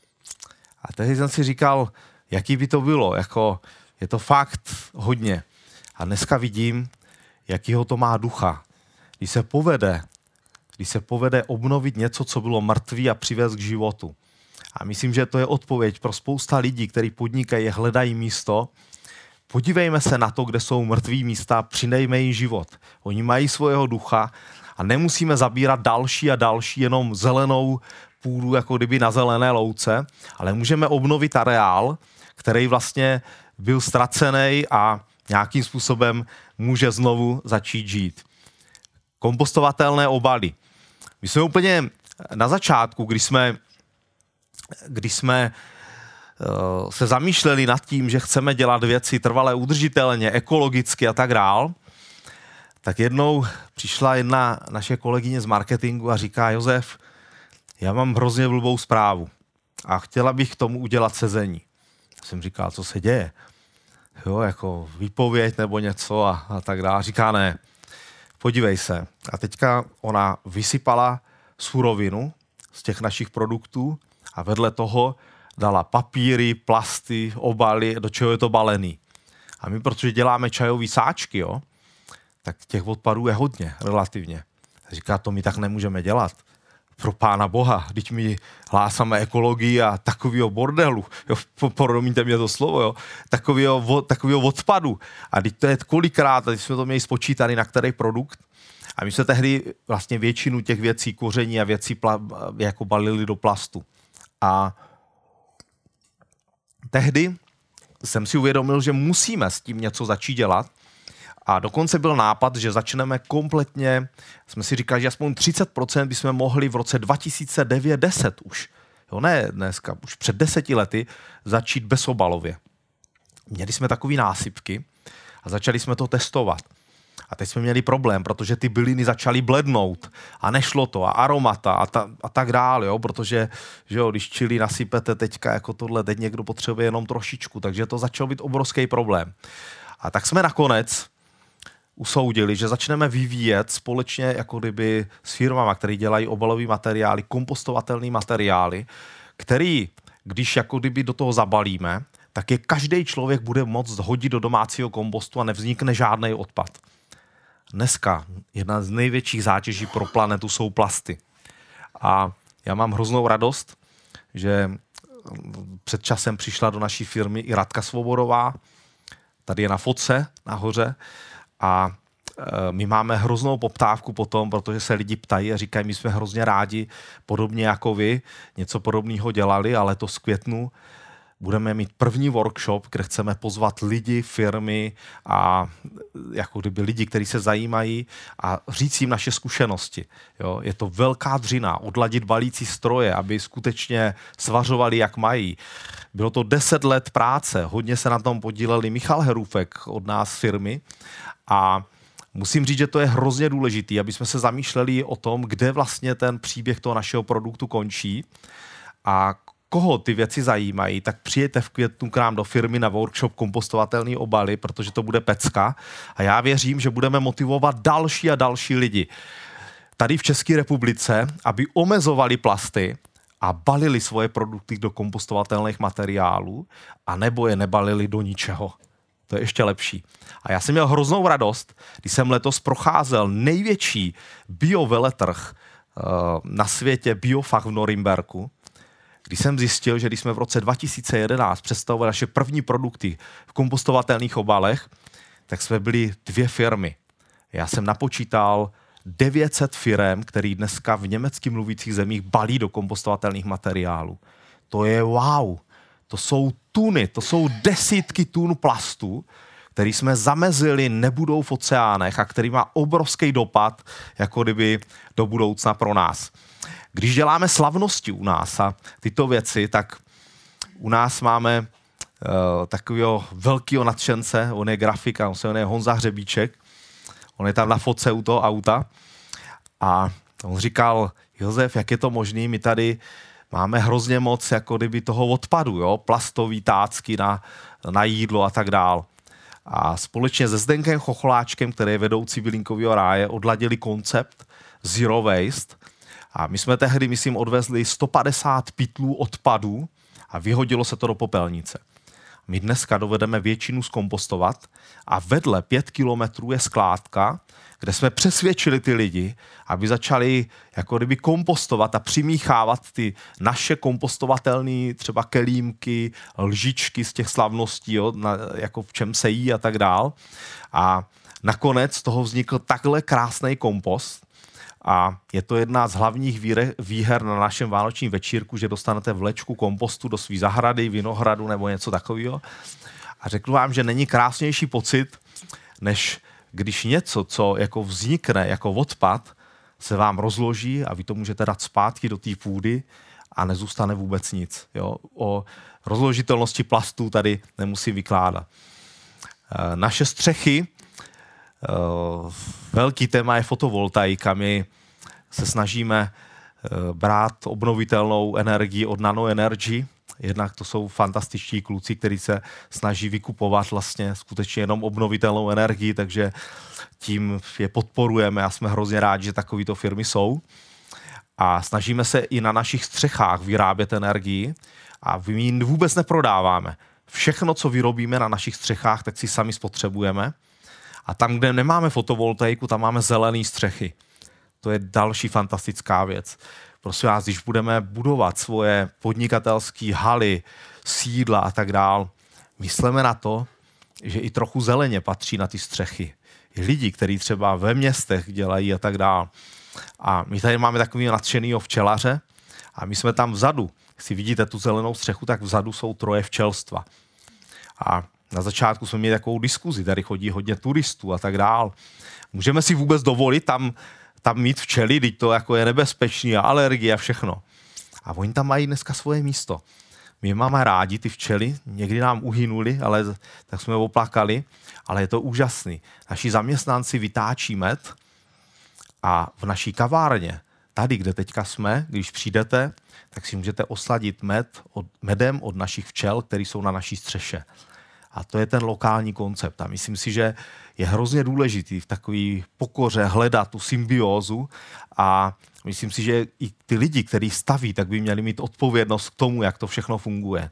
A tehdy jsem si říkal, jaký by to bylo, jako je to fakt hodně. A dneska vidím, jakýho to má ducha. Když se povede, když se povede obnovit něco, co bylo mrtvé a přivést k životu. A myslím, že to je odpověď pro spousta lidí, kteří podnikají, hledají místo. Podívejme se na to, kde jsou mrtví místa, přinejme jim život. Oni mají svého ducha a nemusíme zabírat další a další jenom zelenou půdu, jako kdyby na zelené louce, ale můžeme obnovit areál, který vlastně byl ztracený a nějakým způsobem může znovu začít žít. Kompostovatelné obaly. My jsme úplně na začátku, když jsme, když jsme uh, se zamýšleli nad tím, že chceme dělat věci trvale udržitelně, ekologicky a tak dál, tak jednou přišla jedna naše kolegyně z marketingu a říká, Josef, já mám hrozně blbou zprávu a chtěla bych k tomu udělat sezení. Jsem říkal, co se děje? jo, jako výpověď nebo něco a, a tak dále. Říká ne, podívej se. A teďka ona vysypala surovinu z těch našich produktů a vedle toho dala papíry, plasty, obaly, do čeho je to balený. A my, protože děláme čajový sáčky, jo, tak těch odpadů je hodně, relativně. Říká, to my tak nemůžeme dělat. Pro pána boha, teď my hlásáme ekologii a takovýho bordelu, jo, promiňte mě to slovo, jo, takovýho, takovýho odpadu. A teď to je kolikrát, teď jsme to měli spočítaný, na který produkt. A my jsme tehdy vlastně většinu těch věcí, koření a věcí pla, jako balili do plastu. A tehdy jsem si uvědomil, že musíme s tím něco začít dělat. A dokonce byl nápad, že začneme kompletně, jsme si říkali, že aspoň třicet procent bychom mohli v roce dva tisíce devět deset už, jo, ne dneska, už před deseti lety začít bezobalově. Měli jsme takový násypky a začali jsme to testovat. A teď jsme měli problém, protože ty byliny začaly blednout a nešlo to a aromata a, ta, a tak dále, jo, protože že jo, když čili nasypete teďka jako tohle, teď někdo potřebuje jenom trošičku, takže to začal být obrovský problém. A tak jsme nakonec usoudili, že začneme vyvíjet společně jako kdyby s firmama, které dělají obalové materiály, kompostovatelné materiály, který, když jako kdyby do toho zabalíme, tak je každý člověk bude moct hodit do domácího kompostu a nevznikne žádný odpad. Dneska jedna z největších zátěží pro planetu jsou plasty. A já mám hroznou radost, že před časem přišla do naší firmy i Radka Svobodová, tady je na fotce nahoře, a my máme hroznou poptávku potom, protože se lidi ptají a říkají, my jsme hrozně rádi, podobně jako vy, něco podobného dělali, ale to v květnu budeme mít první workshop, kde chceme pozvat lidi, firmy a jako kdyby lidi, kteří se zajímají a říct jim naše zkušenosti. Jo? Je to velká dřina, odladit balící stroje, aby skutečně svařovali, jak mají. Bylo to deset let práce, hodně se na tom podíleli Michal Herůfek od nás firmy a musím říct, že to je hrozně důležité, aby jsme se zamýšleli o tom, kde vlastně ten příběh toho našeho produktu končí a koho ty věci zajímají, tak přijďte v květnu k nám do firmy na workshop kompostovatelný obaly, protože to bude pecka a já věřím, že budeme motivovat další a další lidi tady v České republice, aby omezovali plasty a balili svoje produkty do kompostovatelných materiálů a nebo je nebalili do ničeho. To je ještě lepší. A já jsem měl hroznou radost, když jsem letos procházel největší bioveletrh uh, na světě, Biofach v Norimberku, když jsem zjistil, že když jsme v roce dva tisíce jedenáct představovali naše první produkty v kompostovatelných obalech, tak jsme byli dvě firmy. Já jsem napočítal devět set firem, který dneska v německy mluvících zemích balí do kompostovatelných materiálů. To je wow. To jsou tuny, to jsou desítky tun plastu, který jsme zamezili, nebudou v oceánech a který má obrovský dopad, jako kdyby do budoucna pro nás. Když děláme slavnosti u nás a tyto věci, tak u nás máme uh, takového velkého nadšence, on je grafik a on se jmenuje Honza Hřebíček, on je tam na fotce u toho auta a on říkal, Josef, jak je to možný, my tady máme hrozně moc jako kdyby toho odpadu, jo? Plastový tácky na, na jídlo a tak dál. A společně se Zdenkem Chocholáčkem, který je vedoucí bylinkového ráje, odladili koncept Zero Waste. A my jsme tehdy, myslím, odvezli sto padesát pytlů odpadů a vyhodilo se to do popelnice. My dneska dovedeme většinu zkompostovat a vedle pět kilometrů je skládka, kde jsme přesvědčili ty lidi, aby začali jako kdyby kompostovat a přimíchávat ty naše kompostovatelné třeba kelímky, lžičky z těch slavností, jo, na, jako v čem se jí a tak dál. A nakonec z toho vznikl takhle krásný kompost a je to jedna z hlavních výher na našem vánočním večírku, že dostanete vlečku kompostu do své zahrady, vinohradu nebo něco takového. A řeknu vám, že není krásnější pocit, než když něco, co jako vznikne jako odpad, se vám rozloží a vy to můžete dát zpátky do té půdy a nezůstane vůbec nic. Jo? O rozložitelnosti plastů tady nemusím vykládat. Naše střechy, velký téma je fotovoltaika. My se snažíme brát obnovitelnou energii od Nano Energy. Jednak to jsou fantastičtí kluci, kteří se snaží vykupovat vlastně skutečně jenom obnovitelnou energii, takže tím je podporujeme a jsme hrozně rádi, že takovýto firmy jsou. A snažíme se i na našich střechách vyrábět energii a my ji vůbec neprodáváme. Všechno, co vyrobíme na našich střechách, tak si sami spotřebujeme. A tam, kde nemáme fotovoltaiku, tam máme zelené střechy. To je další fantastická věc. Prosím vás, když budeme budovat svoje podnikatelské haly, sídla a tak dál, myslíme na to, že i trochu zeleně patří na ty střechy. I lidi, kteří třeba ve městech dělají a tak dál. A my tady máme takový nadšenýho včelaře a my jsme tam vzadu. Jestli vidíte tu zelenou střechu, tak vzadu jsou troje včelstva. A na začátku jsme měli takovou diskuzi, tady chodí hodně turistů a tak dál. Můžeme si vůbec dovolit tam, tam mít včely, teď to jako je nebezpečný a alergie a všechno. A oni tam mají dneska svoje místo. My máme rádi ty včely, někdy nám uhynuli, ale tak jsme oplakali, ale je to úžasný. Naši zaměstnanci vytáčí med a v naší kavárně, tady, kde teďka jsme, když přijdete, tak si můžete osladit med od, medem od našich včel, který jsou na naší střeše. A to je ten lokální koncept. A myslím si, že je hrozně důležitý v takové pokoře hledat tu symbiózu a myslím si, že i ty lidi, kteří staví, tak by měli mít odpovědnost k tomu, jak to všechno funguje.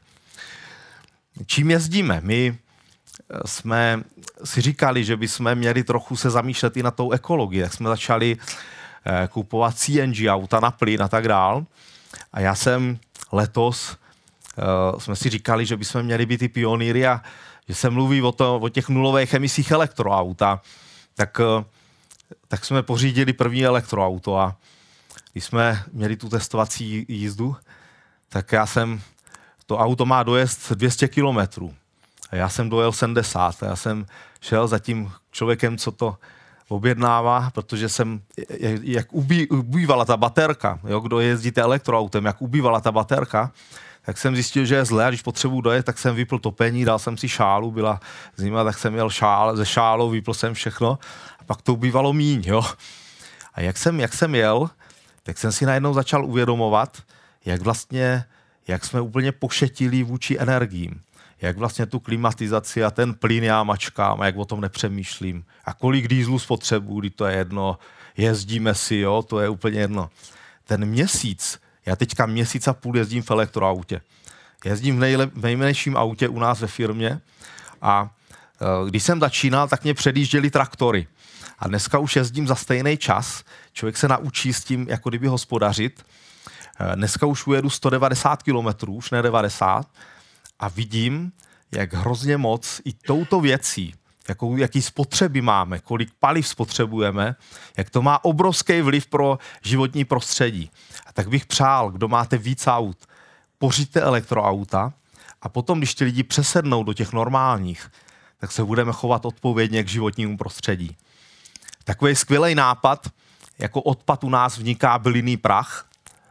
Čím jezdíme? My jsme si říkali, že bychom měli trochu se zamýšlet i na tou ekologii. Tak jsme začali kupovat C N G auta na plyn a tak dál. A já jsem letos, uh, jsme si říkali, že bychom měli být i pionýry a že se mluví o, to, o těch nulových emisích elektroauta. Tak, uh, tak jsme pořídili první elektroauto a když jsme měli tu testovací jízdu, tak já jsem, to auto má dojezd dvě stě kilometrů. A já jsem dojel sedmdesát. A já jsem šel za tím člověkem, co to objednává, protože jsem, jak ubý, ubývala ta baterka, jo, kdo jezdíte elektroautem, jak ubývala ta baterka, tak jsem zjistil, že je zlé a když potřebuji dojet, tak jsem vypl topení, dal jsem si šálu, byla zima, tak jsem jel šál, ze šálou, vypl jsem všechno a pak to ubývalo míň, jo. A jak jsem, jak jsem jel, tak jsem si najednou začal uvědomovat, jak vlastně, jak jsme úplně pošetili vůči energiím. Jak vlastně tu klimatizaci a ten plyn já mačkám a jak o tom nepřemýšlím. A kolik dýzlu spotřebuji, kdy to je jedno, jezdíme si, jo, to je úplně jedno. Ten měsíc, já teďka měsíc a půl jezdím v elektroautě. Jezdím v, nejle, v nejmenším autě u nás ve firmě a e, když jsem začínal, tak mě předjížděly traktory. A dneska už jezdím za stejný čas, člověk se naučí s tím, jako kdyby hospodařit. E, dneska už ujedu sto devadesát kilometrů, už ne devadesát, a vidím, jak hrozně moc i touto věcí, jakou, jaký spotřeby máme, kolik paliv spotřebujeme, jak to má obrovský vliv pro životní prostředí. A tak bych přál, kdo máte víc aut, pořiďte elektroauta a potom, když ti lidi přesednou do těch normálních, tak se budeme chovat odpovědně k životnímu prostředí. Takový skvělý nápad, jako odpad u nás vniká bylinný prach.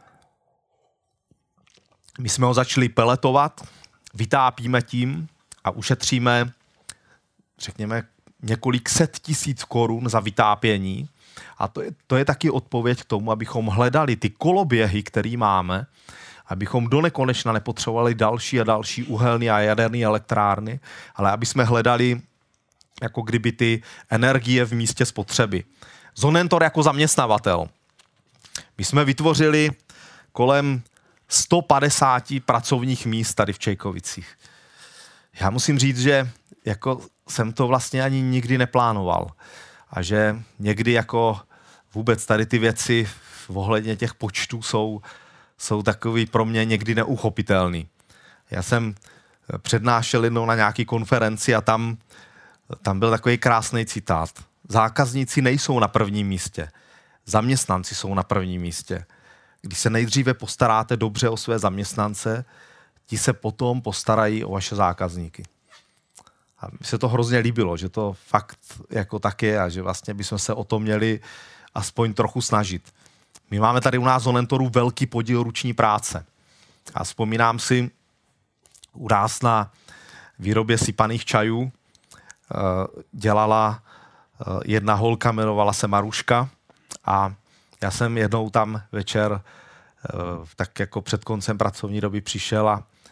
My jsme ho začali peletovat, vytápíme tím a ušetříme, řekněme, několik set tisíc korun za vytápění. A to je, to je taky odpověď k tomu, abychom hledali ty koloběhy, které máme, abychom do nekonečna nepotřebovali další a další uhelné a jaderné elektrárny, ale aby jsme hledali jako kdyby ty energie v místě spotřeby. Zonentor jako zaměstnavatel. My jsme vytvořili kolem sto padesát pracovních míst tady v Čejkovicích. Já musím říct, že jako jsem to vlastně ani nikdy neplánoval. A že někdy jako vůbec tady ty věci ohledně těch počtů jsou, jsou takový pro mě někdy neuchopitelný. Já jsem přednášel jednou na nějaký konferenci a tam, tam byl takový krásný citát. Zákazníci nejsou na prvním místě. Zaměstnanci jsou na prvním místě. Když se nejdříve postaráte dobře o své zaměstnance, ti se potom postarají o vaše zákazníky. A mi se to hrozně líbilo, že to fakt jako tak je a že vlastně bychom se o to měli aspoň trochu snažit. My máme tady u nás v Zonentoru velký podíl ruční práce. A vzpomínám si u nás na výrobě sypaných čajů dělala jedna holka, jmenovala se Maruška a já jsem jednou tam večer tak jako před koncem pracovní doby přišel a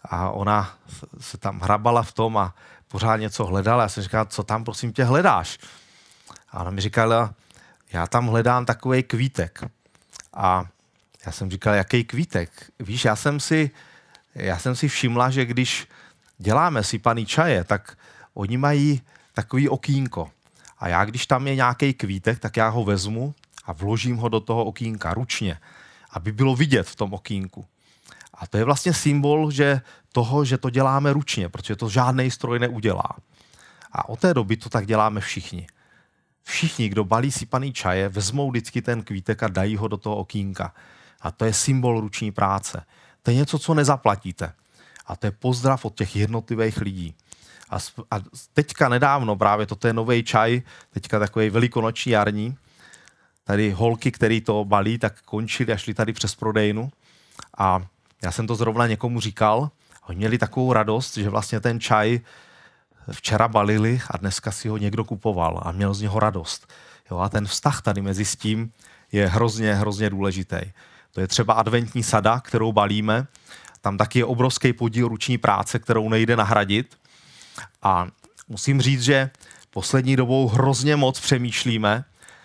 A ona se tam hrabala v tom a pořád něco hledala. Já jsem říkal, co tam prosím tě hledáš? A ona mi říkala, já tam hledám takovej kvítek. A já jsem říkal, jaký kvítek? Víš, já jsem si, já jsem si všimla, že když děláme sypaný čaje, tak oni mají takový okýnko. A já, když tam je nějaký kvítek, tak já ho vezmu a vložím ho do toho okýnka ručně, aby bylo vidět v tom okýnku. A to je vlastně symbol, že toho, že to děláme ručně, protože to žádný stroj neudělá. A od té doby to tak děláme všichni. Všichni, kdo balí sypaný čaje, vezmou vždycky ten kvítek a dají ho do toho okýnka. A to je symbol ruční práce. To je něco, co nezaplatíte. A to je pozdrav od těch jednotlivých lidí. A, a teďka nedávno právě, toto je nový čaj, teďka takový velikonoční jarní. Tady holky, který to balí, tak končili a šli tady přes prodejnu. A já jsem to zrovna někomu říkal. Oni měli takovou radost, že vlastně ten čaj včera balili a dneska si ho někdo kupoval a měl z něho radost. Jo, a ten vztah tady mezi s tím je hrozně, hrozně důležitý. To je třeba adventní sada, kterou balíme. Tam taky je obrovský podíl ruční práce, kterou nejde nahradit. A musím říct, že poslední dobou hrozně moc přemýšlíme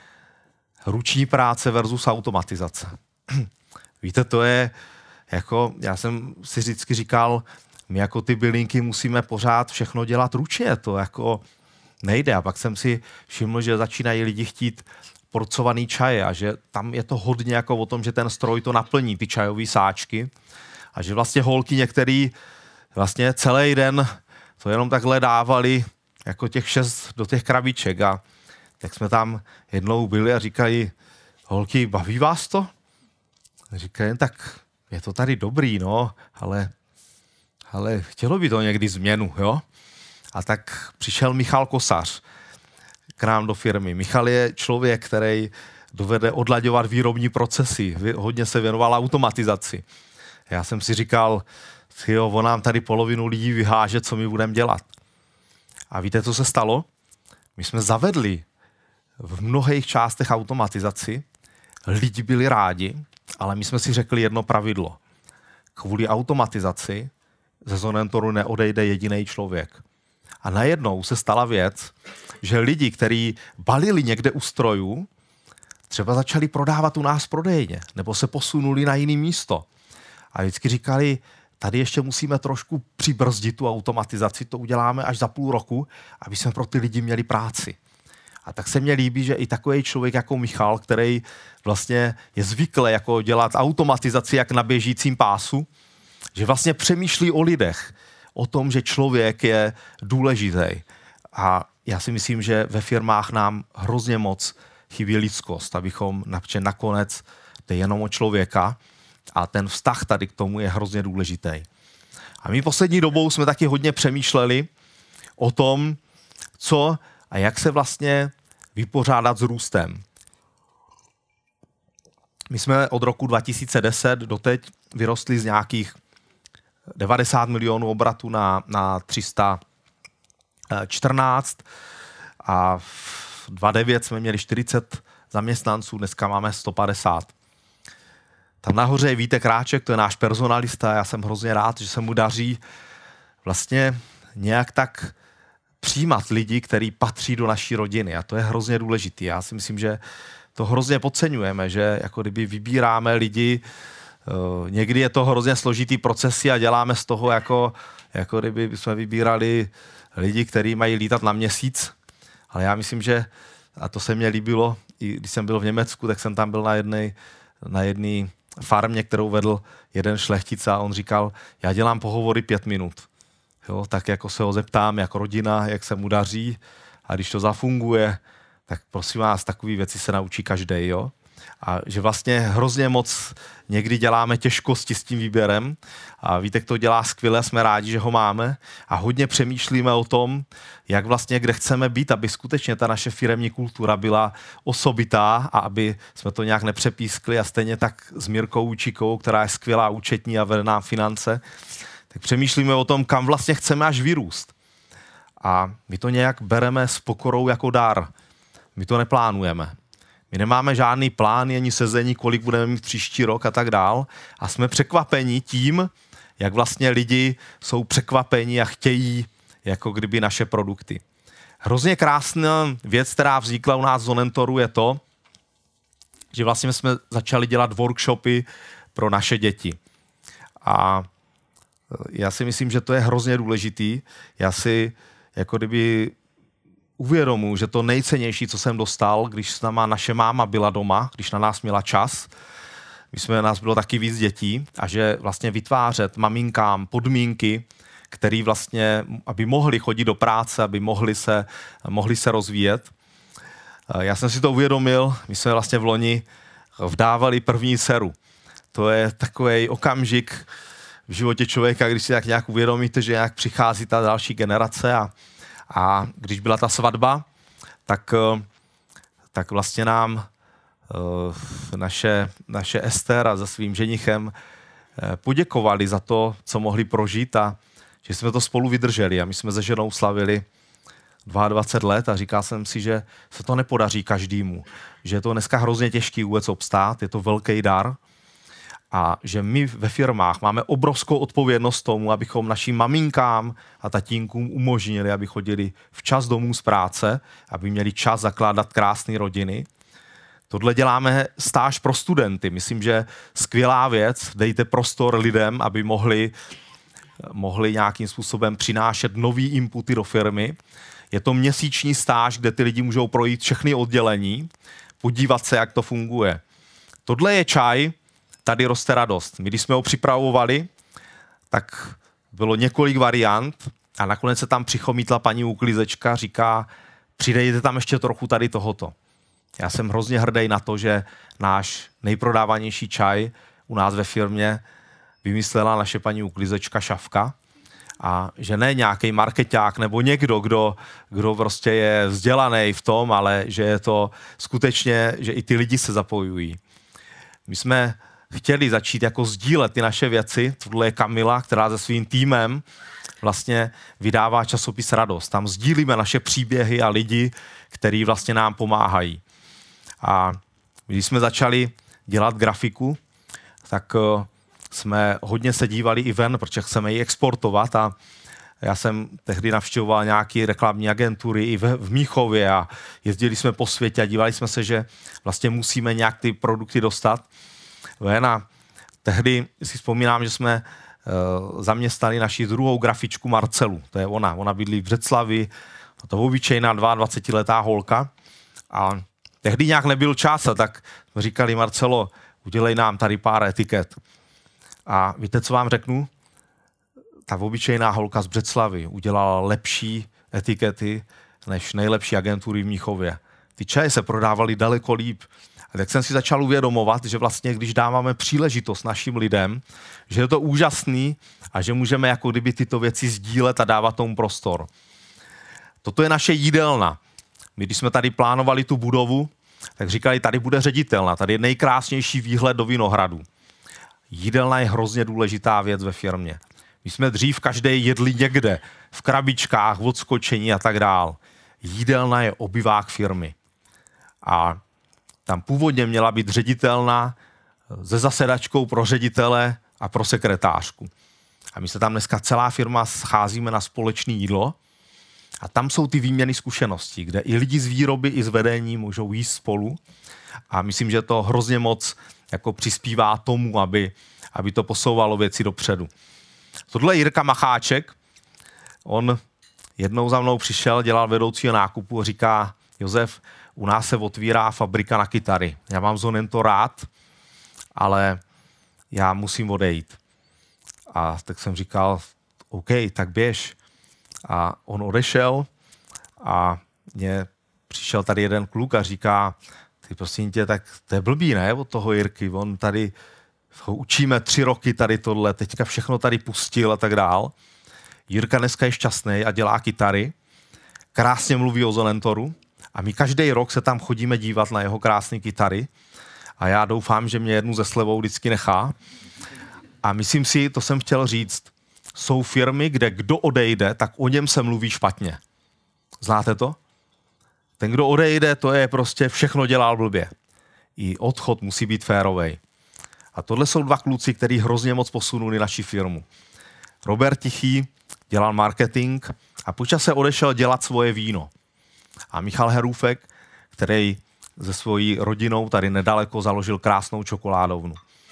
ruční práce versus automatizace. Víte, to je jako, já jsem si vždycky říkal, my jako ty bylinky musíme pořád všechno dělat ručně, to jako nejde. A pak jsem si všiml, že začínají lidi chtít porcovaný čaje a že tam je to hodně jako o tom, že ten stroj to naplní, ty čajové sáčky. A že vlastně holky některý vlastně celý den to jenom takhle dávali jako těch šest do těch krabiček. A tak jsme tam jednou byli a říkají, holky, baví vás to? A říkají, tak je to tady dobrý, no, ale, ale chtělo by to někdy změnu, jo? A tak přišel Michal Kosař k nám do firmy. Michal je člověk, který dovede odlaďovat výrobní procesy, hodně se věnoval automatizaci. Já jsem si říkal, jo, on nám tady polovinu lidí vyháže, co my budeme dělat. A víte, co se stalo? My jsme zavedli v mnohých částech automatizaci, lidi byli rádi, ale my jsme si řekli jedno pravidlo. Kvůli automatizaci ze Sonentoru neodejde jediný člověk. A najednou se stala věc, že lidi, kteří balili někde u strojů, třeba začali prodávat u nás v prodejně, nebo se posunuli na jiné místo. A vždycky říkali, tady ještě musíme trošku přibrzdit tu automatizaci, to uděláme až za půl roku, aby jsme pro ty lidi měli práci. A tak se mně líbí, že i takový člověk jako Michal, který vlastně je zvyklý jako dělat automatizaci jak na běžícím pásu, že vlastně přemýšlí o lidech, o tom, že člověk je důležitý. A já si myslím, že ve firmách nám hrozně moc chybí lidskost, abychom nakonec jde jenom o člověka a ten vztah tady k tomu je hrozně důležitý. A my poslední dobou jsme taky hodně přemýšleli o tom, co a jak se vlastně vypořádat s růstem. My jsme od roku dva tisíce deset doteď vyrostli z nějakých devadesát milionů obratu na, na tři sta čtrnáct a v dva tisíce devět jsme měli čtyřicet zaměstnanců, dneska máme sto padesát. Tam nahoře je Vítek Ráček, to je náš personalista, já jsem hrozně rád, že se mu daří vlastně nějak tak přijímat lidi, kteří patří do naší rodiny a to je hrozně důležitý. Já si myslím, že to hrozně podceňujeme, že jako kdyby vybíráme lidi, uh, někdy je to hrozně složitý procesy a děláme z toho jako, jako kdyby jsme vybírali lidi, kteří mají lítat na měsíc, ale já myslím, že a to se mně líbilo, i když jsem byl v Německu, tak jsem tam byl na jedné na jedné farmě, kterou vedl jeden šlechtic a on říkal, já dělám pohovory pět minut. Jo, tak jako se ho zeptám, jako rodina, jak se mu daří a když to zafunguje, tak prosím vás, takové věci se naučí každý, jo. A že vlastně hrozně moc někdy děláme těžkosti s tím výběrem a Vítek to dělá skvěle, jsme rádi, že ho máme a hodně přemýšlíme o tom, jak vlastně kde chceme být, aby skutečně ta naše firemní kultura byla osobitá a aby jsme to nějak nepřepískli a stejně tak s Mirkou Učikovou, která je skvělá účetní a vede nám finance, tak přemýšlíme o tom, kam vlastně chceme až vyrůst. A my to nějak bereme s pokorou jako dar. My to neplánujeme. My nemáme žádný plán, ani sezení, kolik budeme mít příští rok a tak dál. A jsme překvapeni tím, jak vlastně lidi jsou překvapeni a chtějí jako kdyby naše produkty. Hrozně krásná věc, která vznikla u nás v Zonentoru, je to, že vlastně jsme začali dělat workshopy pro naše děti. A já si myslím, že to je hrozně důležitý. Já si jako kdyby uvědomuji, že to nejcennější, co jsem dostal, když s náma naše máma byla doma, když na nás měla čas, my jsme, nás bylo taky víc dětí, a že vlastně vytvářet maminkám podmínky, které vlastně, aby mohli chodit do práce, aby mohli se, mohli se rozvíjet. Já jsem si to uvědomil, my jsme vlastně v loni vdávali první dceru. To je takový okamžik v životě člověka, když si tak nějak uvědomíte, že nějak přichází ta další generace, a, a když byla ta svatba, tak, tak vlastně nám naše, naše Ester a se svým ženichem poděkovali za to, co mohli prožít, a že jsme to spolu vydrželi. A my jsme se ženou slavili dvacet dva let a říkal jsem si, že se to nepodaří každému. Že je to dneska hrozně těžký vůbec obstát, je to velký dar. A že my ve firmách máme obrovskou odpovědnost tomu, abychom našim maminkám a tatínkům umožnili, aby chodili včas domů z práce, aby měli čas zakládat krásné rodiny. Tohle děláme stáž pro studenty. Myslím, že skvělá věc. Dejte prostor lidem, aby mohli, mohli nějakým způsobem přinášet nový inputy do firmy. Je to měsíční stáž, kde ty lidi můžou projít všechny oddělení, podívat se, jak to funguje. Tohle je čaj, tady roste radost. My, když jsme ho připravovali, tak bylo několik variant a nakonec se tam přichomítla paní uklízečka, říká, přidejte tam ještě trochu tady tohoto. Já jsem hrozně hrdý na to, že náš nejprodávanější čaj u nás ve firmě vymyslela naše paní uklízečka Šavka, a že ne nějaký markeťák nebo někdo, kdo, kdo prostě je vzdělaný v tom, ale že je to skutečně, že i ty lidi se zapojují. My jsme chtěli začít jako sdílet ty naše věci. Tohle je Kamila, která se svým týmem vlastně vydává časopis Radost. Tam sdílíme naše příběhy a lidi, kteří vlastně nám pomáhají. A když jsme začali dělat grafiku, tak uh, jsme hodně se dívali i ven, protože chceme ji exportovat, a já jsem tehdy navštěvoval nějaké reklamní agentury i v, v Mnichově a jezdili jsme po světě a dívali jsme se, že vlastně musíme nějak ty produkty dostat ven. A tehdy si vzpomínám, že jsme uh, zaměstnali naši druhou grafičku Marcelu. To je ona. Ona bydlí v Břeclavi, to obyčejná dvacetiletá holka. A tehdy nějak nebyl čas, a tak jsme říkali, Marcelo, udělej nám tady pár etiket. A víte, co vám řeknu? Ta obyčejná holka z Břeclavy udělala lepší etikety než nejlepší agentury v Mnichově. Ty čaje se prodávaly daleko líp. A tak jsem si začal uvědomovat, že vlastně, když dáváme příležitost našim lidem, že je to úžasný a že můžeme jako kdyby tyto věci sdílet a dávat tomu prostor. Toto je naše jídelna. My, když jsme tady plánovali tu budovu, tak říkali, tady bude ředitelna, tady je nejkrásnější výhled do Vinohradu. Jídelna je hrozně důležitá věc ve firmě. My jsme dřív každý jedli někde, v krabičkách, odskočení a tak dál. Jídelna je obyvák firmy. A tam původně měla být ředitelna se zasedačkou pro ředitele a pro sekretářku. A my se tam dneska celá firma scházíme na společné jídlo, a tam jsou ty výměny zkušeností, kde i lidi z výroby, i z vedení můžou jíst spolu. A myslím, že to hrozně moc jako přispívá tomu, aby, aby to posouvalo věci dopředu. Tohle je Jirka Macháček. On jednou za mnou přišel, dělal vedoucího nákupu a říká, Josef, u nás se otvírá fabrika na kytary. Já mám Zonentor rád, ale já musím odejít. A tak jsem říkal, OK, tak běž. A on odešel a mě přišel tady jeden kluk a říká, ty prosím tě, tak to je blbý, ne, od toho Jirky, on tady, ho učíme tři roky tady tohle, teďka všechno tady pustil a tak dál. Jirka dneska je šťastný a dělá kytary, krásně mluví o Zonentoru a my každý rok se tam chodíme dívat na jeho krásné kytary a já doufám, že mě jednu ze slevou vždycky nechá. A myslím si, to jsem chtěl říct, jsou firmy, kde kdo odejde, tak o něm se mluví špatně. Znáte to? Ten, kdo odejde, to je prostě všechno dělal blbě. I odchod musí být férovej. A tohle jsou dva kluci, kteří hrozně moc posunuli naši firmu. Robert Tichý dělal marketing a po čase odešel dělat svoje víno. A Michal Herůfek, který se svojí rodinou tady nedaleko založil krásnou čokoládovnu.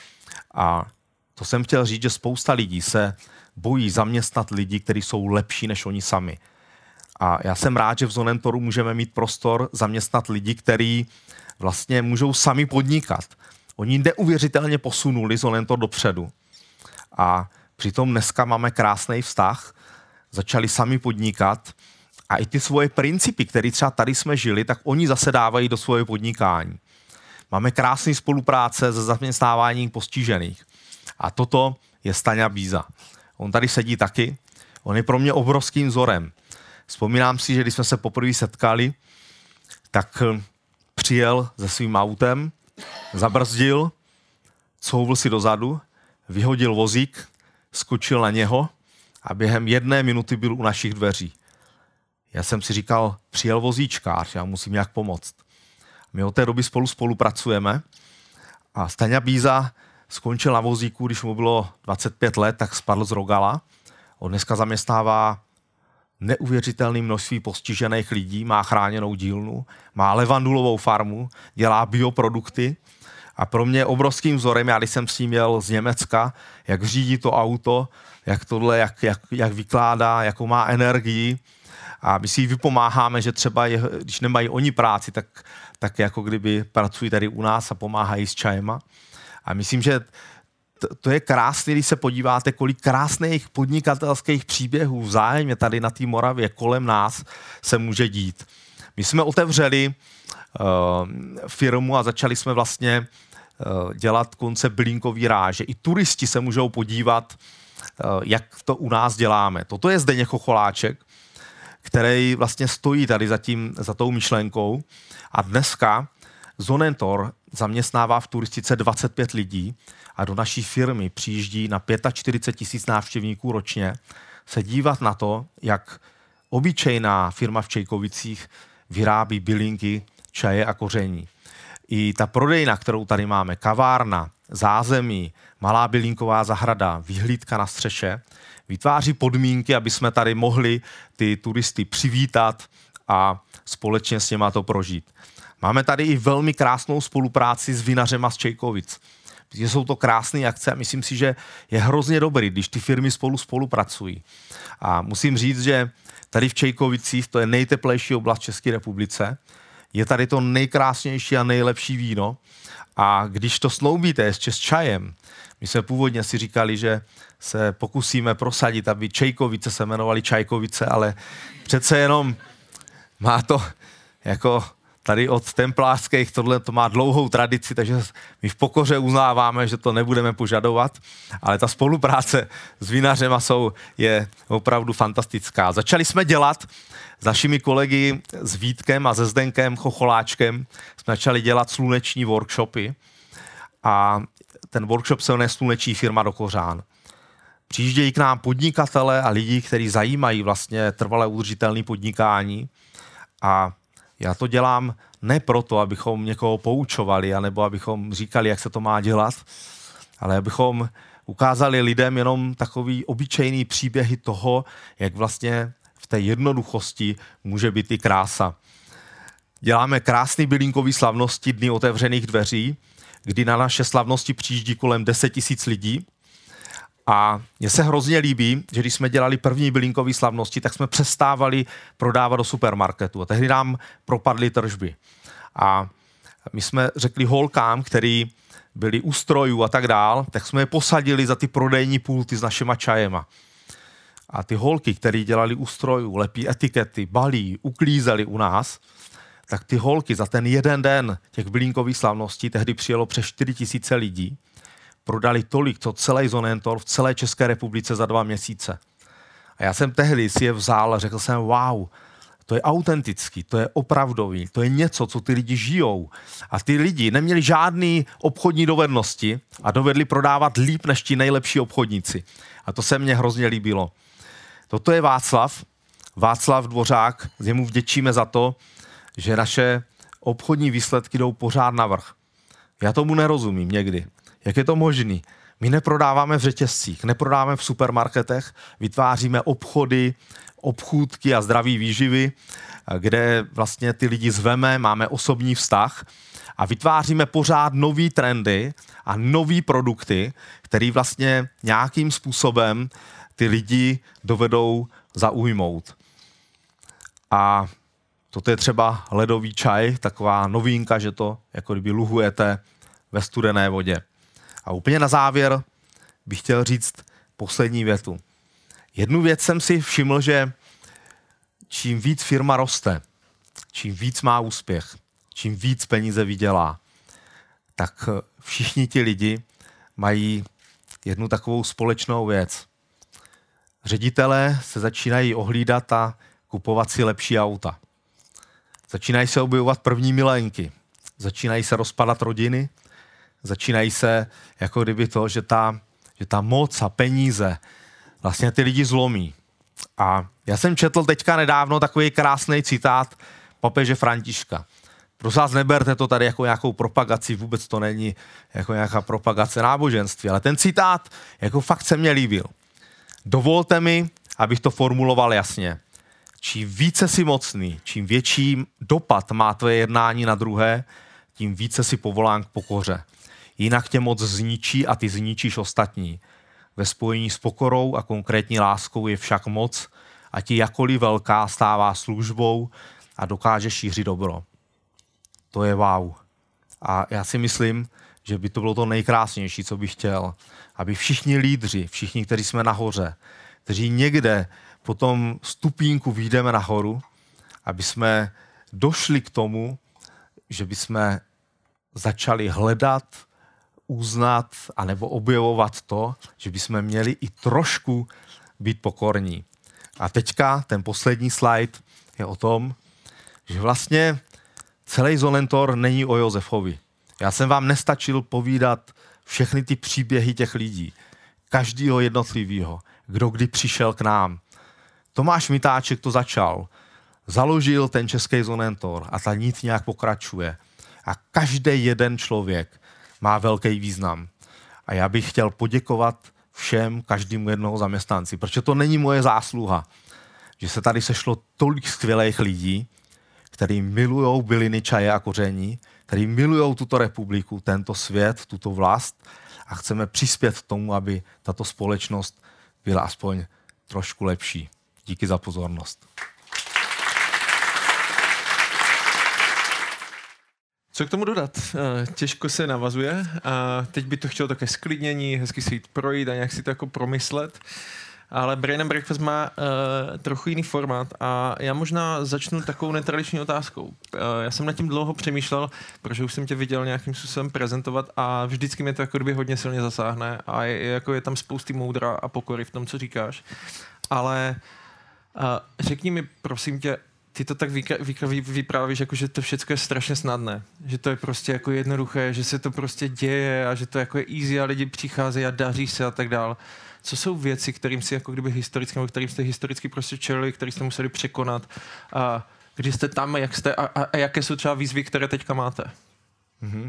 A to jsem chtěl říct, že spousta lidí se bojí zaměstnat lidi, kteří jsou lepší než oni sami. A já jsem rád, že v Zonentoru můžeme mít prostor zaměstnat lidi, kteří vlastně můžou sami podnikat. Oni neuvěřitelně posunuli Zonentor dopředu. A přitom dneska máme krásný vztah, začali sami podnikat a i ty svoje principy, které třeba tady jsme žili, tak oni zase dávají do svého podnikání. Máme krásný spolupráce se zaměstnáváním postižených. A toto je Staňa Bíza. On tady sedí taky. On je pro mě obrovským vzorem. Vzpomínám si, že když jsme se poprvé setkali, tak přijel se svým autem, zabrzdil, couvl si dozadu, vyhodil vozík, skočil na něho a během jedné minuty byl u našich dveří. Já jsem si říkal, přijel vozíčkář, já musím nějak pomoct. My od té doby spolu spolupracujeme a Staňa Bíza skončil na vozíku, když mu bylo dvacet pět let, tak spadl z Rogala. On dneska zaměstnává neuvěřitelné množství postižených lidí, má chráněnou dílnu, má levandulovou farmu, dělá bioprodukty a pro mě obrovským vzorem, já když jsem s ním jel z Německa, jak řídí to auto, jak tohle, jak, jak, jak vykládá, jakou má energii a my si jí vypomáháme, že třeba je, když nemají oni práci, tak, tak jako kdyby pracují tady u nás a pomáhají s čajema. A myslím, že to, to je krásné, když se podíváte, kolik krásných podnikatelských příběhů vzájemně tady na té Moravě kolem nás se může dít. My jsme otevřeli uh, firmu a začali jsme vlastně uh, dělat koncept bylinkový ráže. I turisti se můžou podívat, uh, jak to u nás děláme. Toto je Zdeněk Chocholáček, který vlastně stojí tady za, tím, za tou myšlenkou a dneska Zonentor zaměstnává v turistice dvacet pět lidí a do naší firmy přijíždí na čtyřicet pět tisíc návštěvníků ročně se dívat na to, jak obyčejná firma v Čejkovicích vyrábí bylinky, čaje a koření. I ta prodejna, kterou tady máme, kavárna, zázemí, malá bylinková zahrada, vyhlídka na střeše, vytváří podmínky, aby jsme tady mohli ty turisty přivítat a společně s něma to prožít. Máme tady i velmi krásnou spolupráci s vinařema z Čejkovic. Jsou to krásné akce a myslím si, že je hrozně dobrý, když ty firmy spolu spolupracují. A musím říct, že tady v Čejkovicích, to je nejteplejší oblast v České republice, je tady to nejkrásnější a nejlepší víno a když to snoubíte ještě s čajem, my jsme původně si říkali, že se pokusíme prosadit, aby Čejkovice se jmenovaly Čajkovice, ale přece jenom má to jako tady od templářských, tohle to má dlouhou tradici, takže my v pokoře uznáváme, že to nebudeme požadovat, ale ta spolupráce s vinařema jsou, je opravdu fantastická. Začali jsme dělat s našimi kolegy s Vítkem a se Zdenkem Chocholáčkem, jsme začali dělat sluneční workshopy a ten workshop se jmenuje Sluneční firma do Kořán. Přijíždějí k nám podnikatele a lidi, kteří zajímají vlastně trvalé udržitelné podnikání a já to dělám ne proto, abychom někoho poučovali, anebo abychom říkali, jak se to má dělat, ale abychom ukázali lidem jenom takový obyčejný příběhy toho, jak vlastně v té jednoduchosti může být i krása. Děláme krásné bylinkové slavnosti, dny otevřených dveří, kdy na naše slavnosti přijíždí kolem deset tisíc lidí. A mně se hrozně líbí, že když jsme dělali první bylinkové slavnosti, tak jsme přestávali prodávat do supermarketu. A tehdy nám propadly tržby. A my jsme řekli holkám, který byli u strojů a tak dál, tak jsme je posadili za ty prodejní pulty s našima čajema. A ty holky, které dělali u strojů, lepí etikety, balí, uklízeli u nás, tak ty holky za ten jeden den těch bylinkových slavností, tehdy přijelo přes čtyři tisíce lidí, prodali tolik, co celý Zonentor v celé České republice za dva měsíce. A já jsem tehdy si je vzal a řekl jsem, wow, to je autentický, to je opravdový, to je něco, co ty lidi žijou. A ty lidi neměli žádný obchodní dovednosti a dovedli prodávat líp než ti nejlepší obchodníci. A to se mně hrozně líbilo. Toto je Václav, Václav Dvořák, jemu vděčíme za to, že naše obchodní výsledky jdou pořád navrch. Já tomu nerozumím někdy. Jak je to možné? My neprodáváme v řetězcích, neprodáváme v supermarketech, vytváříme obchody, obchůdky a zdraví výživy, kde vlastně ty lidi zveme, máme osobní vztah a vytváříme pořád nový trendy a nový produkty, které vlastně nějakým způsobem ty lidi dovedou zaujmout. A toto je třeba ledový čaj, taková novinka, že to jako kdyby luhujete ve studené vodě. A úplně na závěr bych chtěl říct poslední větu. Jednu věc jsem si všiml, že čím víc firma roste, čím víc má úspěch, čím víc peníze vydělá, tak všichni ti lidi mají jednu takovou společnou věc. Ředitelé se začínají ohlídat a kupovat si lepší auta. Začínají se objevovat první milenky. Začínají se rozpadat rodiny. Začínají se jako kdyby to, že ta, že ta moc a peníze vlastně ty lidi zlomí. A já jsem četl teďka nedávno takový krásný citát papeže Františka. Prosím vás, neberte to tady jako nějakou propagaci, vůbec to není jako nějaká propagace náboženství, ale ten citát jako fakt se mně líbil. Dovolte mi, abych to formuloval jasně. Čím více si mocný, čím větší dopad má tvoje jednání na druhé, tím více si povolán k pokoře. Jinak tě moc zničí a ty zničíš ostatní. Ve spojení s pokorou a konkrétní láskou je však moc a ti jakoliv velká stává službou a dokáže šířit dobro. To je wow. A já si myslím, že by to bylo to nejkrásnější, co bych chtěl. Aby všichni lídři, všichni, kteří jsme nahoře, kteří někde po tom stupínku vyjdeme nahoru, aby jsme došli k tomu, že bychom začali hledat, uznat anebo objevovat to, že bychom měli i trošku být pokorní. A teďka ten poslední slide je o tom, že vlastně celý Zonentor není o Josefovi. Já jsem vám nestačil povídat všechny ty příběhy těch lidí, každýho jednotlivýho, kdo kdy přišel k nám. Tomáš Mitáček to začal. Založil ten český Zonentor a ta nit nějak pokračuje. A každý jeden člověk má velký význam. A já bych chtěl poděkovat všem, každému jednoho zaměstnanci, protože to není moje zásluha, že se tady sešlo tolik skvělých lidí, kteří milujou byliny, čaje a koření, kteří milujou tuto republiku, tento svět, tuto vlast a chceme přispět k tomu, aby tato společnost byla aspoň trošku lepší. Díky za pozornost. Co k tomu dodat? Těžko se navazuje. A teď by to chtělo také sklidnění, hezky si jít projít a nějak si to jako promyslet. Ale Brain and Breakfast má uh, trochu jiný formát a já možná začnu takovou netradiční otázkou. Uh, já jsem nad tím dlouho přemýšlel, protože už jsem tě viděl nějakým způsobem prezentovat a vždycky mě to jako kdyby hodně silně zasáhne a je, jako je tam spousty moudra a pokory v tom, co říkáš. Ale uh, řekni mi, prosím tě, ty to tak vyprávíš, jako, že to všechno je strašně snadné. Že to je prostě jako jednoduché, že se to prostě děje a že to jako je easy a lidi přicházejí a daří se a tak dál. Co jsou věci, kterým si jako kdyby historicky, nebo kterým jste historicky prostě čelili, který jste museli překonat a když jste tam, jak jste a, a, a jaké jsou třeba výzvy, které teďka máte? Mm-hmm.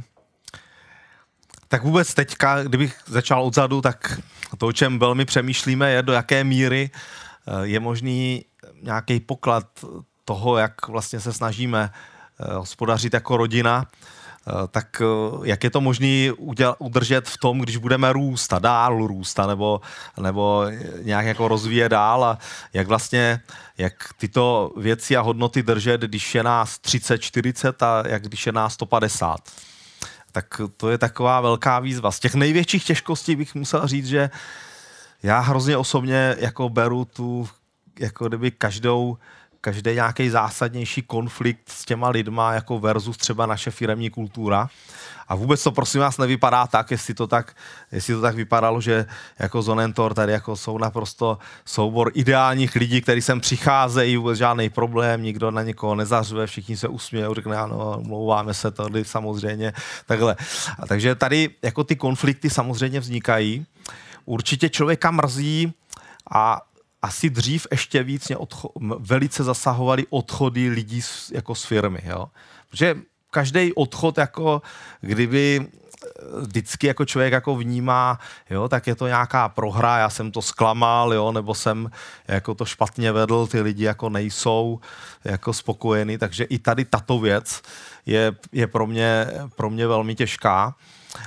Tak vůbec teďka, kdybych začal odzadu, tak to, o čem velmi přemýšlíme, je do jaké míry je možný nějaký poklad toho, jak vlastně se snažíme hospodařit jako rodina, tak jak je to možné udržet v tom, když budeme růst a dál růst, nebo, nebo nějak jako rozvíjet dál a jak vlastně, jak tyto věci a hodnoty držet, když je nás třicet, čtyřicet a jak když je nás sto padesát. Tak to je taková velká výzva. Z těch největších těžkostí bych musel říct, že já hrozně osobně jako beru tu, jako kdyby každou každý nějaký zásadnější konflikt s těma lidma jako versus třeba naše firemní kultura. A vůbec to prosím vás nevypadá tak, jestli to tak, jestli to tak vypadalo, že jako Zonentor tady jako jsou naprosto soubor ideálních lidí, kteří sem přicházejí, vůbec žádný problém, nikdo na někoho nezařve, všichni se usmějí, řekne ano, mlouváme se tady samozřejmě, takhle. A takže tady jako ty konflikty samozřejmě vznikají. Určitě člověka mrzí a asi dřív ještě víc mě odcho- velice zasahovali odchody lidí z, jako z firmy. Jo? Protože každý odchod, jako kdyby vždycky jako člověk jako vnímá, jo, tak je to nějaká prohra, já jsem to zklamal, jo, nebo jsem jako to špatně vedl, ty lidi jako nejsou jako spokojení, takže i tady tato věc je, je pro mě, pro mě velmi těžká.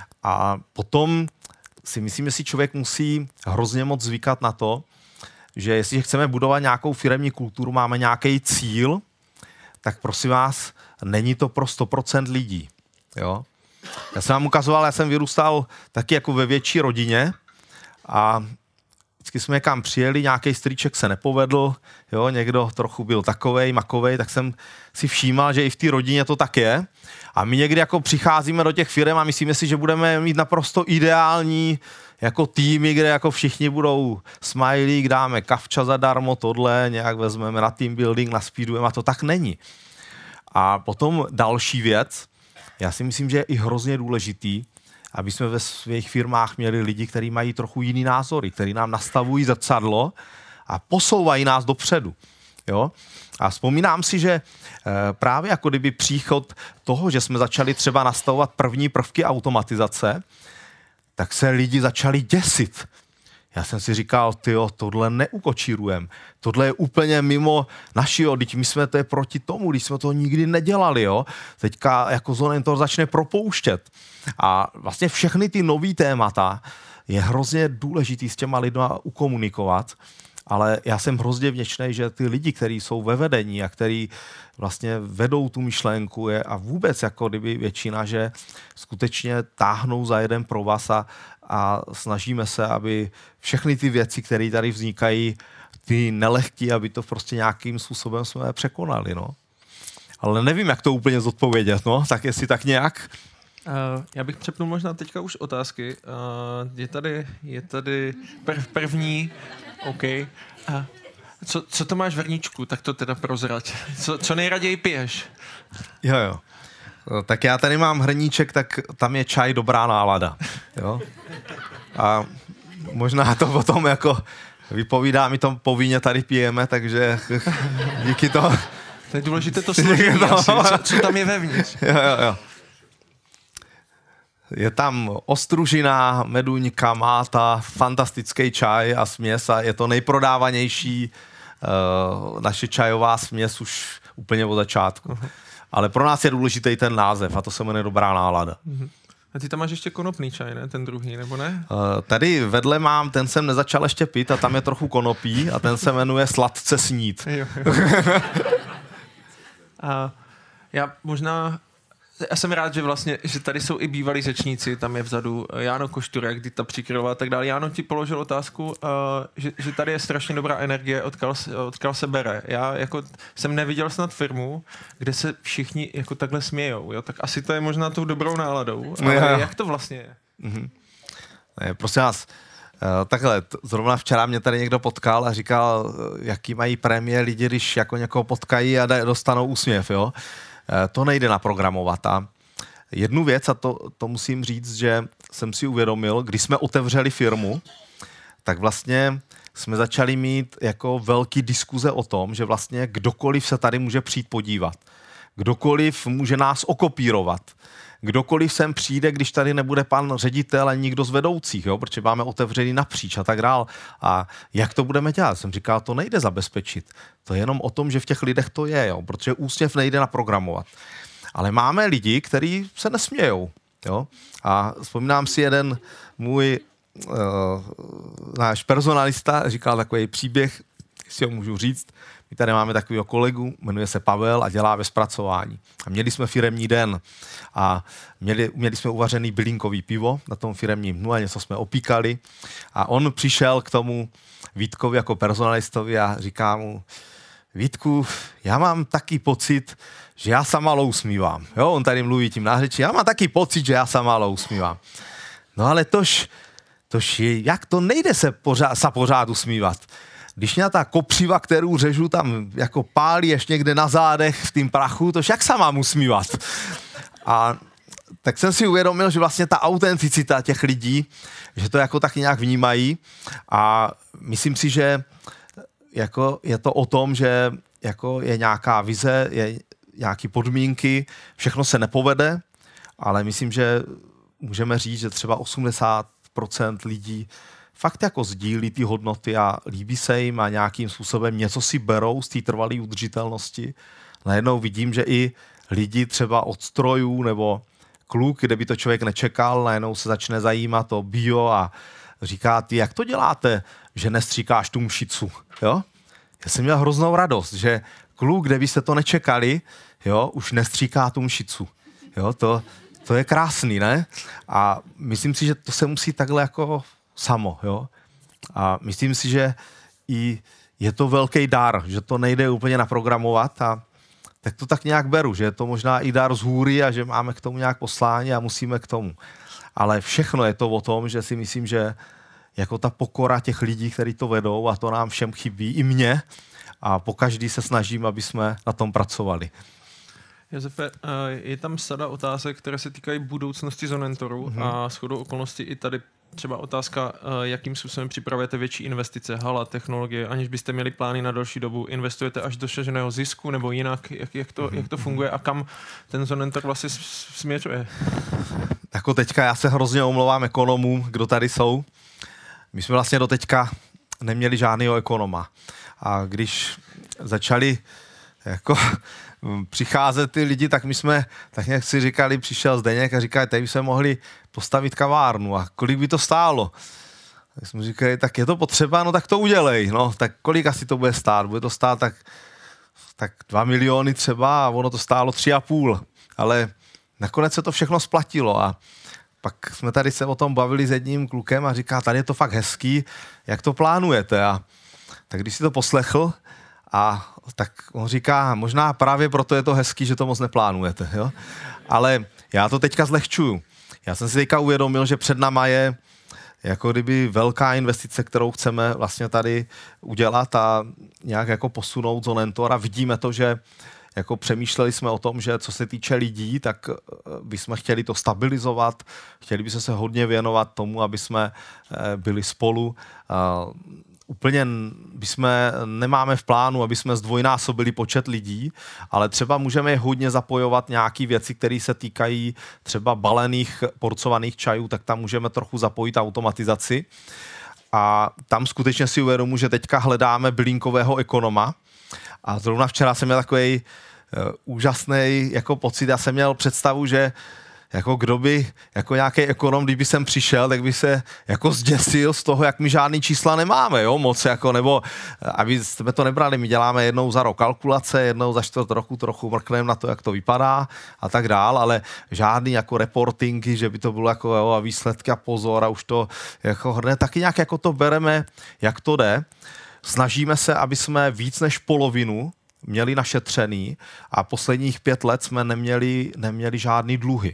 A potom si myslím, že si člověk musí hrozně moc zvykat na to, že jestliže chceme budovat nějakou firemní kulturu, máme nějaký cíl, tak prosím vás, není to pro sto procent lidí. Jo? Já jsem vám ukazoval, já jsem vyrůstal taky jako ve větší rodině a vždycky jsme někam přijeli, nějaký strýček se nepovedl, jo? Někdo trochu byl takovej, makovej, tak jsem si všímal, že i v té rodině to tak je. A my někdy jako přicházíme do těch firem a myslíme si, že budeme mít naprosto ideální jako týmy, kde jako všichni budou smajlík, dáme kavča zadarmo, tohle, nějak vezmeme na team building, naspídujeme a to tak není. A potom další věc, já si myslím, že je i hrozně důležitý, aby jsme ve svých firmách měli lidi, kteří mají trochu jiný názory, kteří nám nastavují zrcadlo a posouvají nás dopředu. Jo? A vzpomínám si, že e, právě jako kdyby příchod toho, že jsme začali třeba nastavovat první prvky automatizace, tak se lidi začali děsit. Já jsem si říkal, tyjo, tohle neukočírujem. Tohle je úplně mimo našeho, teď my jsme to je proti tomu, když jsme to nikdy nedělali, jo. Teďka jako Zonentor začne propouštět. A vlastně všechny ty nový témata je hrozně důležitý s těma lidma ukomunikovat, ale já jsem hrozně vděčný, že ty lidi, kteří jsou ve vedení a kteří vlastně vedou tu myšlenku je, a vůbec jako kdyby většina, že skutečně táhnou za jeden provaz a, a snažíme se, aby všechny ty věci, které tady vznikají, ty nelehký, aby to prostě nějakým způsobem jsme překonali, no. Ale nevím, jak to úplně zodpovědět, no, tak jestli tak nějak. Uh, já bych přepnul možná teďka už otázky. Uh, je tady, je tady prv, první, OK. Uh, co, co to máš v hrníčku, tak to teda prozrať. Co, co nejraději piješ? Jo, jo. Tak já tady mám hrníček, tak tam je čaj dobrá nálada. Jo? A možná to potom jako vypovídá, my to povinně tady pijeme, takže díky to. To je důležité to složení asi, co, co tam je vevnitř. Jo, jo, jo. Je tam ostružina, meduňka, máta, fantastický čaj a směs a je to nejprodávanější uh, naše čajová směs už úplně od začátku. Uh-huh. Ale pro nás je důležitý ten název a to se jmenuje Dobrá nálada. Uh-huh. A ty tam máš ještě konopný čaj, ne? Ten druhý, nebo ne? Uh, tady vedle mám, ten jsem nezačal ještě pít a tam je trochu konopí a ten se jmenuje Sladce snít. Jo, jo. A já možná... Já jsem rád, že vlastně, že tady jsou i bývalí řečníci, tam je vzadu Jáno Košturek, Dita Příkrová a tak dále. Jáno ti položil otázku, uh, že, že tady je strašně dobrá energie, odkal, odkal se bere. Já jako jsem neviděl snad firmu, kde se všichni jako takhle smějou, jo? Tak asi to je možná tou dobrou náladou, ale no, jak to vlastně je? Mm-hmm. Ne, prosím vás, takhle, zrovna včera mě tady někdo potkal a říkal, jaký mají prémie lidi, když jako někoho potkají a dostanou úsměv, jo? To nejde naprogramovat. A jednu věc, a to, to musím říct, že jsem si uvědomil, když jsme otevřeli firmu, tak vlastně jsme začali mít jako velký diskuze o tom, že vlastně kdokoliv se tady může přijít podívat. Kdokoliv může nás okopírovat. Kdokoliv sem přijde, když tady nebude pan ředitel a nikdo z vedoucích, jo? Protože máme otevřený napříč a tak dál. A jak to budeme dělat? Jsem říkal, to nejde zabezpečit. To je jenom o tom, že v těch lidech to je, jo? Protože úsměv nejde naprogramovat. Ale máme lidi, kteří se nesmějou. Jo? A vzpomínám si jeden můj uh, náš personalista, říkal takový příběh, jestli ho můžu říct. My tady máme takového kolegu, jmenuje se Pavel a dělá ve zpracování. A měli jsme firemní den a měli, měli jsme uvařený bylinkový pivo na tom firemním dnu a něco jsme opíkali. A on přišel k tomu Vítkovi jako personalistovi a říká mu, Vítku, já mám taky pocit, že já sa málo usmívám. Jo, on tady mluví tím nářečí, já mám taky pocit, že já sa málo usmívám. No ale tož, tož je, jak to nejde se pořád, sa pořád usmívat. Když mě ta kopřiva, kterou řežu, tam jako pálí ještě někde na zádech v tým prachu, tož jak se mám usmívat? A tak jsem si uvědomil, že vlastně ta autenticita těch lidí, že to jako taky nějak vnímají a myslím si, že jako je to o tom, že jako je nějaká vize, je nějaký podmínky, všechno se nepovede, ale myslím, že můžeme říct, že třeba osmdesát procent lidí fakt jako sdílí ty hodnoty a líbí se jim a nějakým způsobem něco si berou z té trvalé udržitelnosti. Najednou vidím, že i lidi třeba od strojů nebo kluk, kde by to člověk nečekal, najednou se začne zajímat o bio a říká, ty, jak to děláte, že nestříkáš tu mšicu, jo? Já jsem měl hroznou radost, že kluk, kde byste to nečekali, jo, už nestříká tu mšicu, jo, to, to je krásný, ne? A myslím si, že to se musí takhle jako samo, jo? A myslím si, že i je to velký dar, že to nejde úplně naprogramovat a tak to tak nějak beru, že je to možná i dar z hůry a že máme k tomu nějak poslání a musíme k tomu. Ale všechno je to o tom, že si myslím, že jako ta pokora těch lidí, kteří to vedou a to nám všem chybí, i mně, a pokaždý se snažím, aby jsme na tom pracovali. Josefe, je tam sada otázek, které se týkají budoucnosti Zonentoru mm-hmm. a shodou okolností i tady třeba otázka, jakým způsobem připravujete větší investice, hala, technologie, aniž byste měli plány na další dobu, investujete až do dosaženého zisku nebo jinak, jak, jak, to, jak to funguje a kam ten Zonentor vlastně směřuje? Jako teďka já se hrozně omlouvám ekonomům, kdo tady jsou. My jsme vlastně do teďka neměli žádného ekonoma. A když začali jako přicházet ty lidi, tak my jsme, tak nějak si říkali, přišel Zdeněk a říkali, tady by jsme mohli postavit kavárnu a kolik by to stálo? Tak jsme říkali, tak je to potřeba, no tak to udělej, no, tak kolik asi to bude stát? Bude to stát tak, tak dva miliony třeba a ono to stálo tři a půl, ale nakonec se to všechno splatilo a pak jsme tady se o tom bavili s jedním klukem a říká, tady je to fakt hezký, jak to plánujete? A tak když si to poslechl, a tak on říká, možná právě proto je to hezký, že to moc neplánujete, jo? Ale já to teďka zlehčuju. Já jsem si teďka uvědomil, že před náma je jako kdyby velká investice, kterou chceme vlastně tady udělat a nějak jako posunout Zonentor a vidíme to, že jako přemýšleli jsme o tom, že co se týče lidí, tak bychom chtěli to stabilizovat, chtěli bychom se hodně věnovat tomu, aby jsme byli spolu. Úplně bychom nemáme v plánu, aby jsme zdvojnásobili počet lidí, ale třeba můžeme hodně zapojovat nějaké věci, které se týkají třeba balených, porcovaných čajů, tak tam můžeme trochu zapojit automatizaci. A tam skutečně si uvědomuji, že teďka hledáme bylinkového ekonoma. A zrovna včera jsem měl takový uh, úžasný jako pocit. Já jsem měl představu, že jako kdo by, jako nějaký ekonom, kdyby sem přišel, tak by se jako zděsil z toho, jak my žádný čísla nemáme, jo, moc jako, nebo aby jsme to nebrali, my děláme jednou za rok kalkulace, jednou za čtvrt roku trochu mrkneme na to, jak to vypadá a tak dál, ale žádný jako reportingy, že by to bylo jako, jo, a výsledky a pozor a už to jako hrne, taky nějak jako to bereme, jak to jde. Snažíme se, aby jsme víc než polovinu měli našetřený a posledních pět let jsme neměli, neměli žádný dluhy.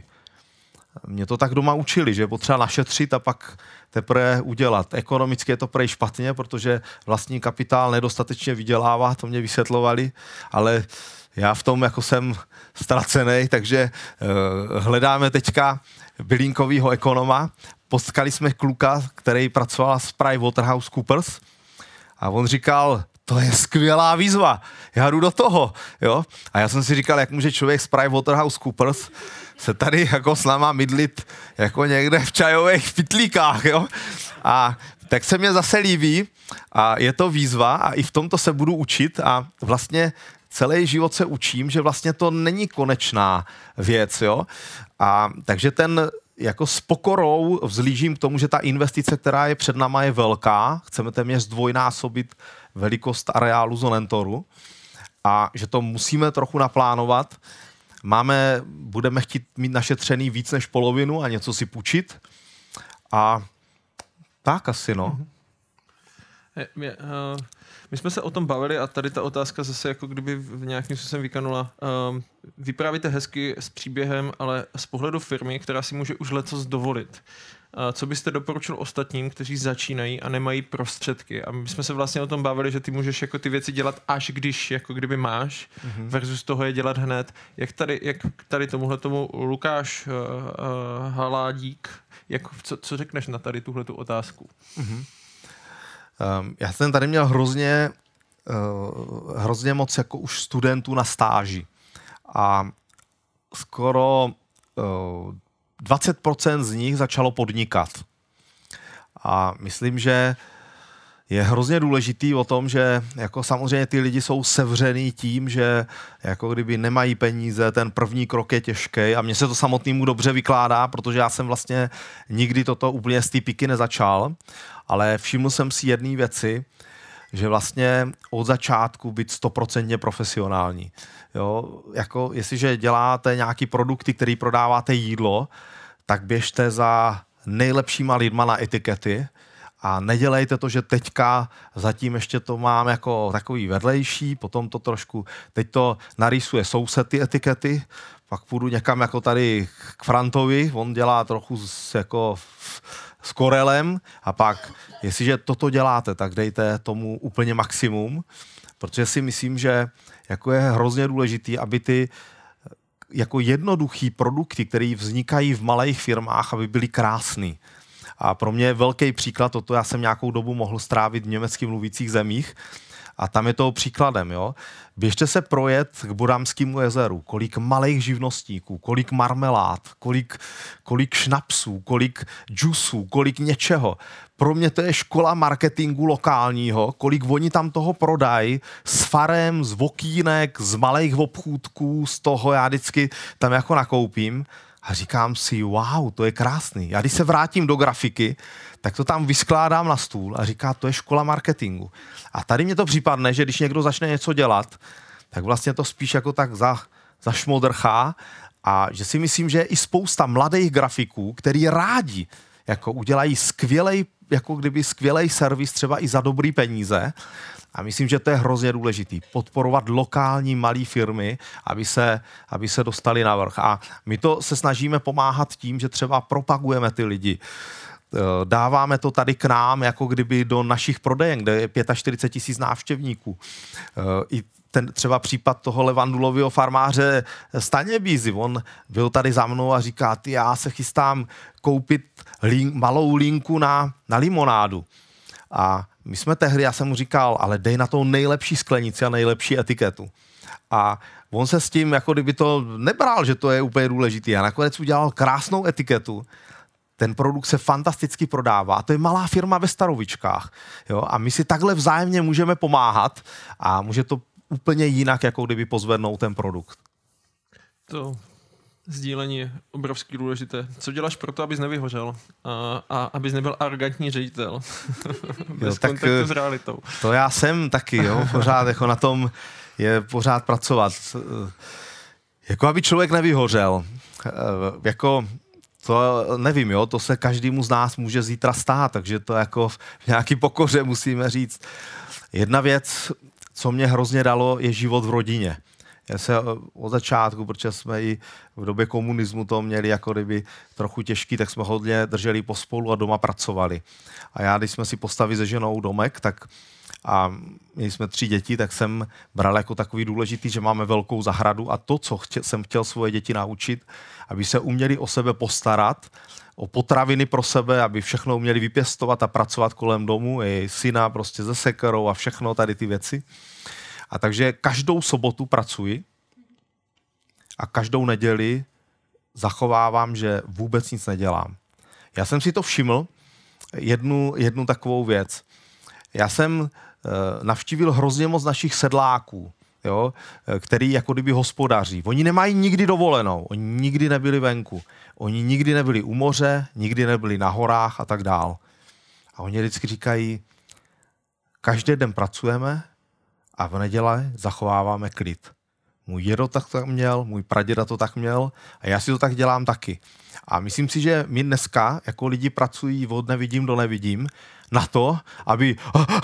Mě to tak doma učili, že je potřeba našetřit a pak teprve udělat. Ekonomicky je to prej špatně, protože vlastní kapitál nedostatečně vydělává, to mě vysvětlovali, ale já v tom jako jsem ztracený, takže uh, hledáme teďka bylinkovýho ekonoma. Potkali jsme kluka, který pracoval s PricewaterhouseCoopers a on říkal, to je skvělá výzva, já jdu do toho, jo. A já jsem si říkal, jak může člověk z PricewaterhouseCoopers se tady jako s náma mydlit jako někde v čajových pytlíkách, jo. A tak se mě zase líbí a je to výzva a i v tomto se budu učit a vlastně celý život se učím, že vlastně to není konečná věc, jo. A takže ten jako s pokorou vzlížím k tomu, že ta investice, která je před náma, je velká. Chceme téměř zdvojnásobit velikost areálu Zonentoru a že to musíme trochu naplánovat. Máme, budeme chtít mít našetřený víc než polovinu a něco si půjčit. A tak asi, no. My, uh, my jsme se o tom bavili a tady ta otázka zase jako kdyby v nějakým způsobem vykanula. Uh, vyprávíte hezky s příběhem, ale z pohledu firmy, která si může už letos dovolit. Uh, co byste doporučil ostatním, kteří začínají a nemají prostředky? A my jsme se vlastně o tom bavili, že ty můžeš jako ty věci dělat až když, jako kdyby máš, mm-hmm. versus toho je dělat hned. Jak tady, jak tady tomuhle tomu Lukáš uh, uh, Haládík, jak, co, co řekneš na tady tuhletu otázku? Mm-hmm. Um, já jsem tady měl hrozně, uh, hrozně moc jako už studentů na stáži a skoro uh, dvacet procent z nich začalo podnikat. A myslím, že je hrozně důležitý o tom, že jako samozřejmě ty lidi jsou sevřený tím, že jako kdyby nemají peníze, ten první krok je těžký a mně se to samotnému dobře vykládá, protože já jsem vlastně nikdy toto úplně z té piky nezačal, ale všiml jsem si jedné věci, že vlastně od začátku být stoprocentně profesionální. Jo? Jako jestliže děláte nějaký produkty, který prodáváte jídlo, tak běžte za nejlepšíma lidma na etikety a nedělejte to, že teďka zatím ještě to mám jako takový vedlejší, potom to trošku, teď to narýsuje soused ty etikety, pak půjdu někam jako tady k Frantovi, on dělá trochu s, jako s Corelem a pak, jestliže toto děláte, tak dejte tomu úplně maximum, protože si myslím, že jako je hrozně důležitý, aby ty jako jednoduchý produkty, které vznikají v malých firmách, aby byly krásný. A pro mě je velký příklad toto, já jsem nějakou dobu mohl strávit v německy mluvících zemích a tam je to příkladem. Jo? Běžte se projet k Bodamskému jezeru, kolik malých živnostníků, kolik marmelád, kolik, kolik šnapsů, kolik džusů, kolik něčeho. Pro mě to je škola marketingu lokálního, kolik oni tam toho prodají s farem, z vokínek, z malých obchůdků, z toho já vždycky tam jako nakoupím. A říkám si, wow, to je krásný. Já když se vrátím do grafiky, tak to tam vyskládám na stůl a říká, to je škola marketingu. A tady mě to připadne, že když někdo začne něco dělat, tak vlastně to spíš jako tak za, zašmodrchá a že si myslím, že je i spousta mladých grafiků, který rádi jako udělají skvělej, jako kdyby skvělej servis třeba i za dobrý peníze. A myslím, že to je hrozně důležitý. Podporovat lokální malé firmy, aby se, aby se dostali na vrch. A my to se snažíme pomáhat tím, že třeba propagujeme ty lidi. Dáváme to tady k nám, jako kdyby do našich prodejen, kde je čtyřicet pět tisíc návštěvníků. I ten třeba případ toho levandulového farmáře Staněbízy, on byl tady za mnou a říká, ty, já se chystám koupit link, malou linku na, na limonádu. A my jsme tehdy, já jsem mu říkal, ale dej na to nejlepší sklenici a nejlepší etiketu. A on se s tím, jako kdyby to nebral, že to je úplně důležitý. A nakonec udělal krásnou etiketu. Ten produkt se fantasticky prodává. To je malá firma ve Starovičkách. Jo? A my si takhle vzájemně můžeme pomáhat a může to úplně jinak, jako kdyby pozvednout ten produkt. To sdílení je obrovsky důležité. Co děláš pro to, abys nevyhořel a, a abys nebyl arrogantní ředitel? Bez jo, tak, kontaktu s realitou. To já jsem taky, jo, pořád jako na tom je pořád pracovat. Jako aby člověk nevyhořel. Jako to nevím, jo, to se každému z nás může zítra stát, takže to jako v nějaký pokoře musíme říct. Jedna věc, co mě hrozně dalo, je život v rodině. Já se od začátku, protože jsme i v době komunismu to měli jako kdyby trochu těžký, tak jsme hodně drželi pospolu a doma pracovali. A já, když jsme si postavili se ženou domek, tak a měli jsme tři děti, tak jsem bral jako takový důležitý, že máme velkou zahradu a to, co chtě, jsem chtěl svoje děti naučit, aby se uměli o sebe postarat, o potraviny pro sebe, aby všechno uměli vypěstovat a pracovat kolem domu, i syna prostě se sekerou a všechno tady ty věci. A takže každou sobotu pracuji a každou neděli zachovávám, že vůbec nic nedělám. Já jsem si to všiml, jednu, jednu takovou věc. Já jsem e, navštívil hrozně moc našich sedláků, jo, který jako kdyby hospodaří. Oni nemají nikdy dovolenou, oni nikdy nebyli venku. Oni nikdy nebyli u moře, nikdy nebyli na horách a tak dál. A oni vždycky říkají, každý den pracujeme, a v neděli zachováváme klid. Můj dědo tak, tak měl, můj praděda to tak měl a já si to tak dělám taky. A myslím si, že my dneska jako lidi pracují od nevidím do nevidím na to, aby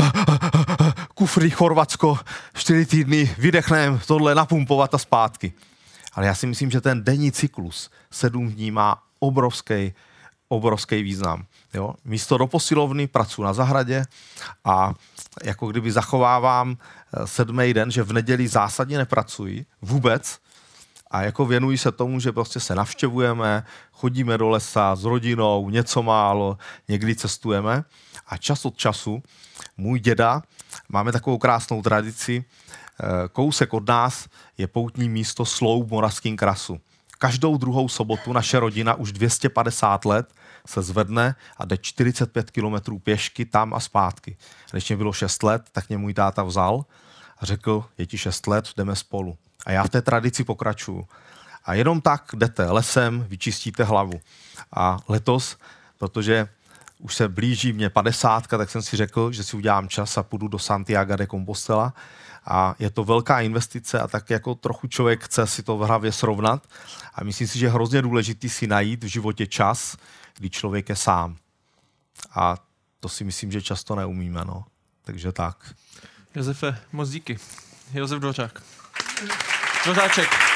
kufry Chorvatsko čtyři týdny vydechneme, tohle napumpovat a zpátky. Ale já si myslím, že ten denní cyklus sedm dní má obrovský, obrovský význam. Jo? Místo do posilovny pracuji na zahradě a jako kdyby zachovávám sedmý den, že v neděli zásadně nepracuji vůbec a jako věnuji se tomu, že prostě se navštěvujeme, chodíme do lesa s rodinou, něco málo, někdy cestujeme a čas od času můj děda, máme takovou krásnou tradici, kousek od nás je poutní místo Sloup v Moravském krasu. každou druhou sobotu naše rodina už dvě stě padesát let se zvedne a jde čtyřicet pět kilometrů pěšky tam a zpátky. Když mě bylo šest let, tak mě můj táta vzal a řekl, je ti šest let, jdeme spolu. A já v té tradici pokračuju. A jenom tak jdete lesem, vyčistíte hlavu. A letos, protože už se blíží mě padesátka, tak jsem si řekl, že si udělám čas a půjdu do Santiago de Compostela. A je to velká investice a tak jako trochu člověk chce si to v hlavě srovnat. A myslím si, že je hrozně důležitý si najít v životě čas, kdy člověk je sám. A to si myslím, že často neumíme. No. Takže tak. Josefe, moc díky. Josef Dvořák. Dvořáček.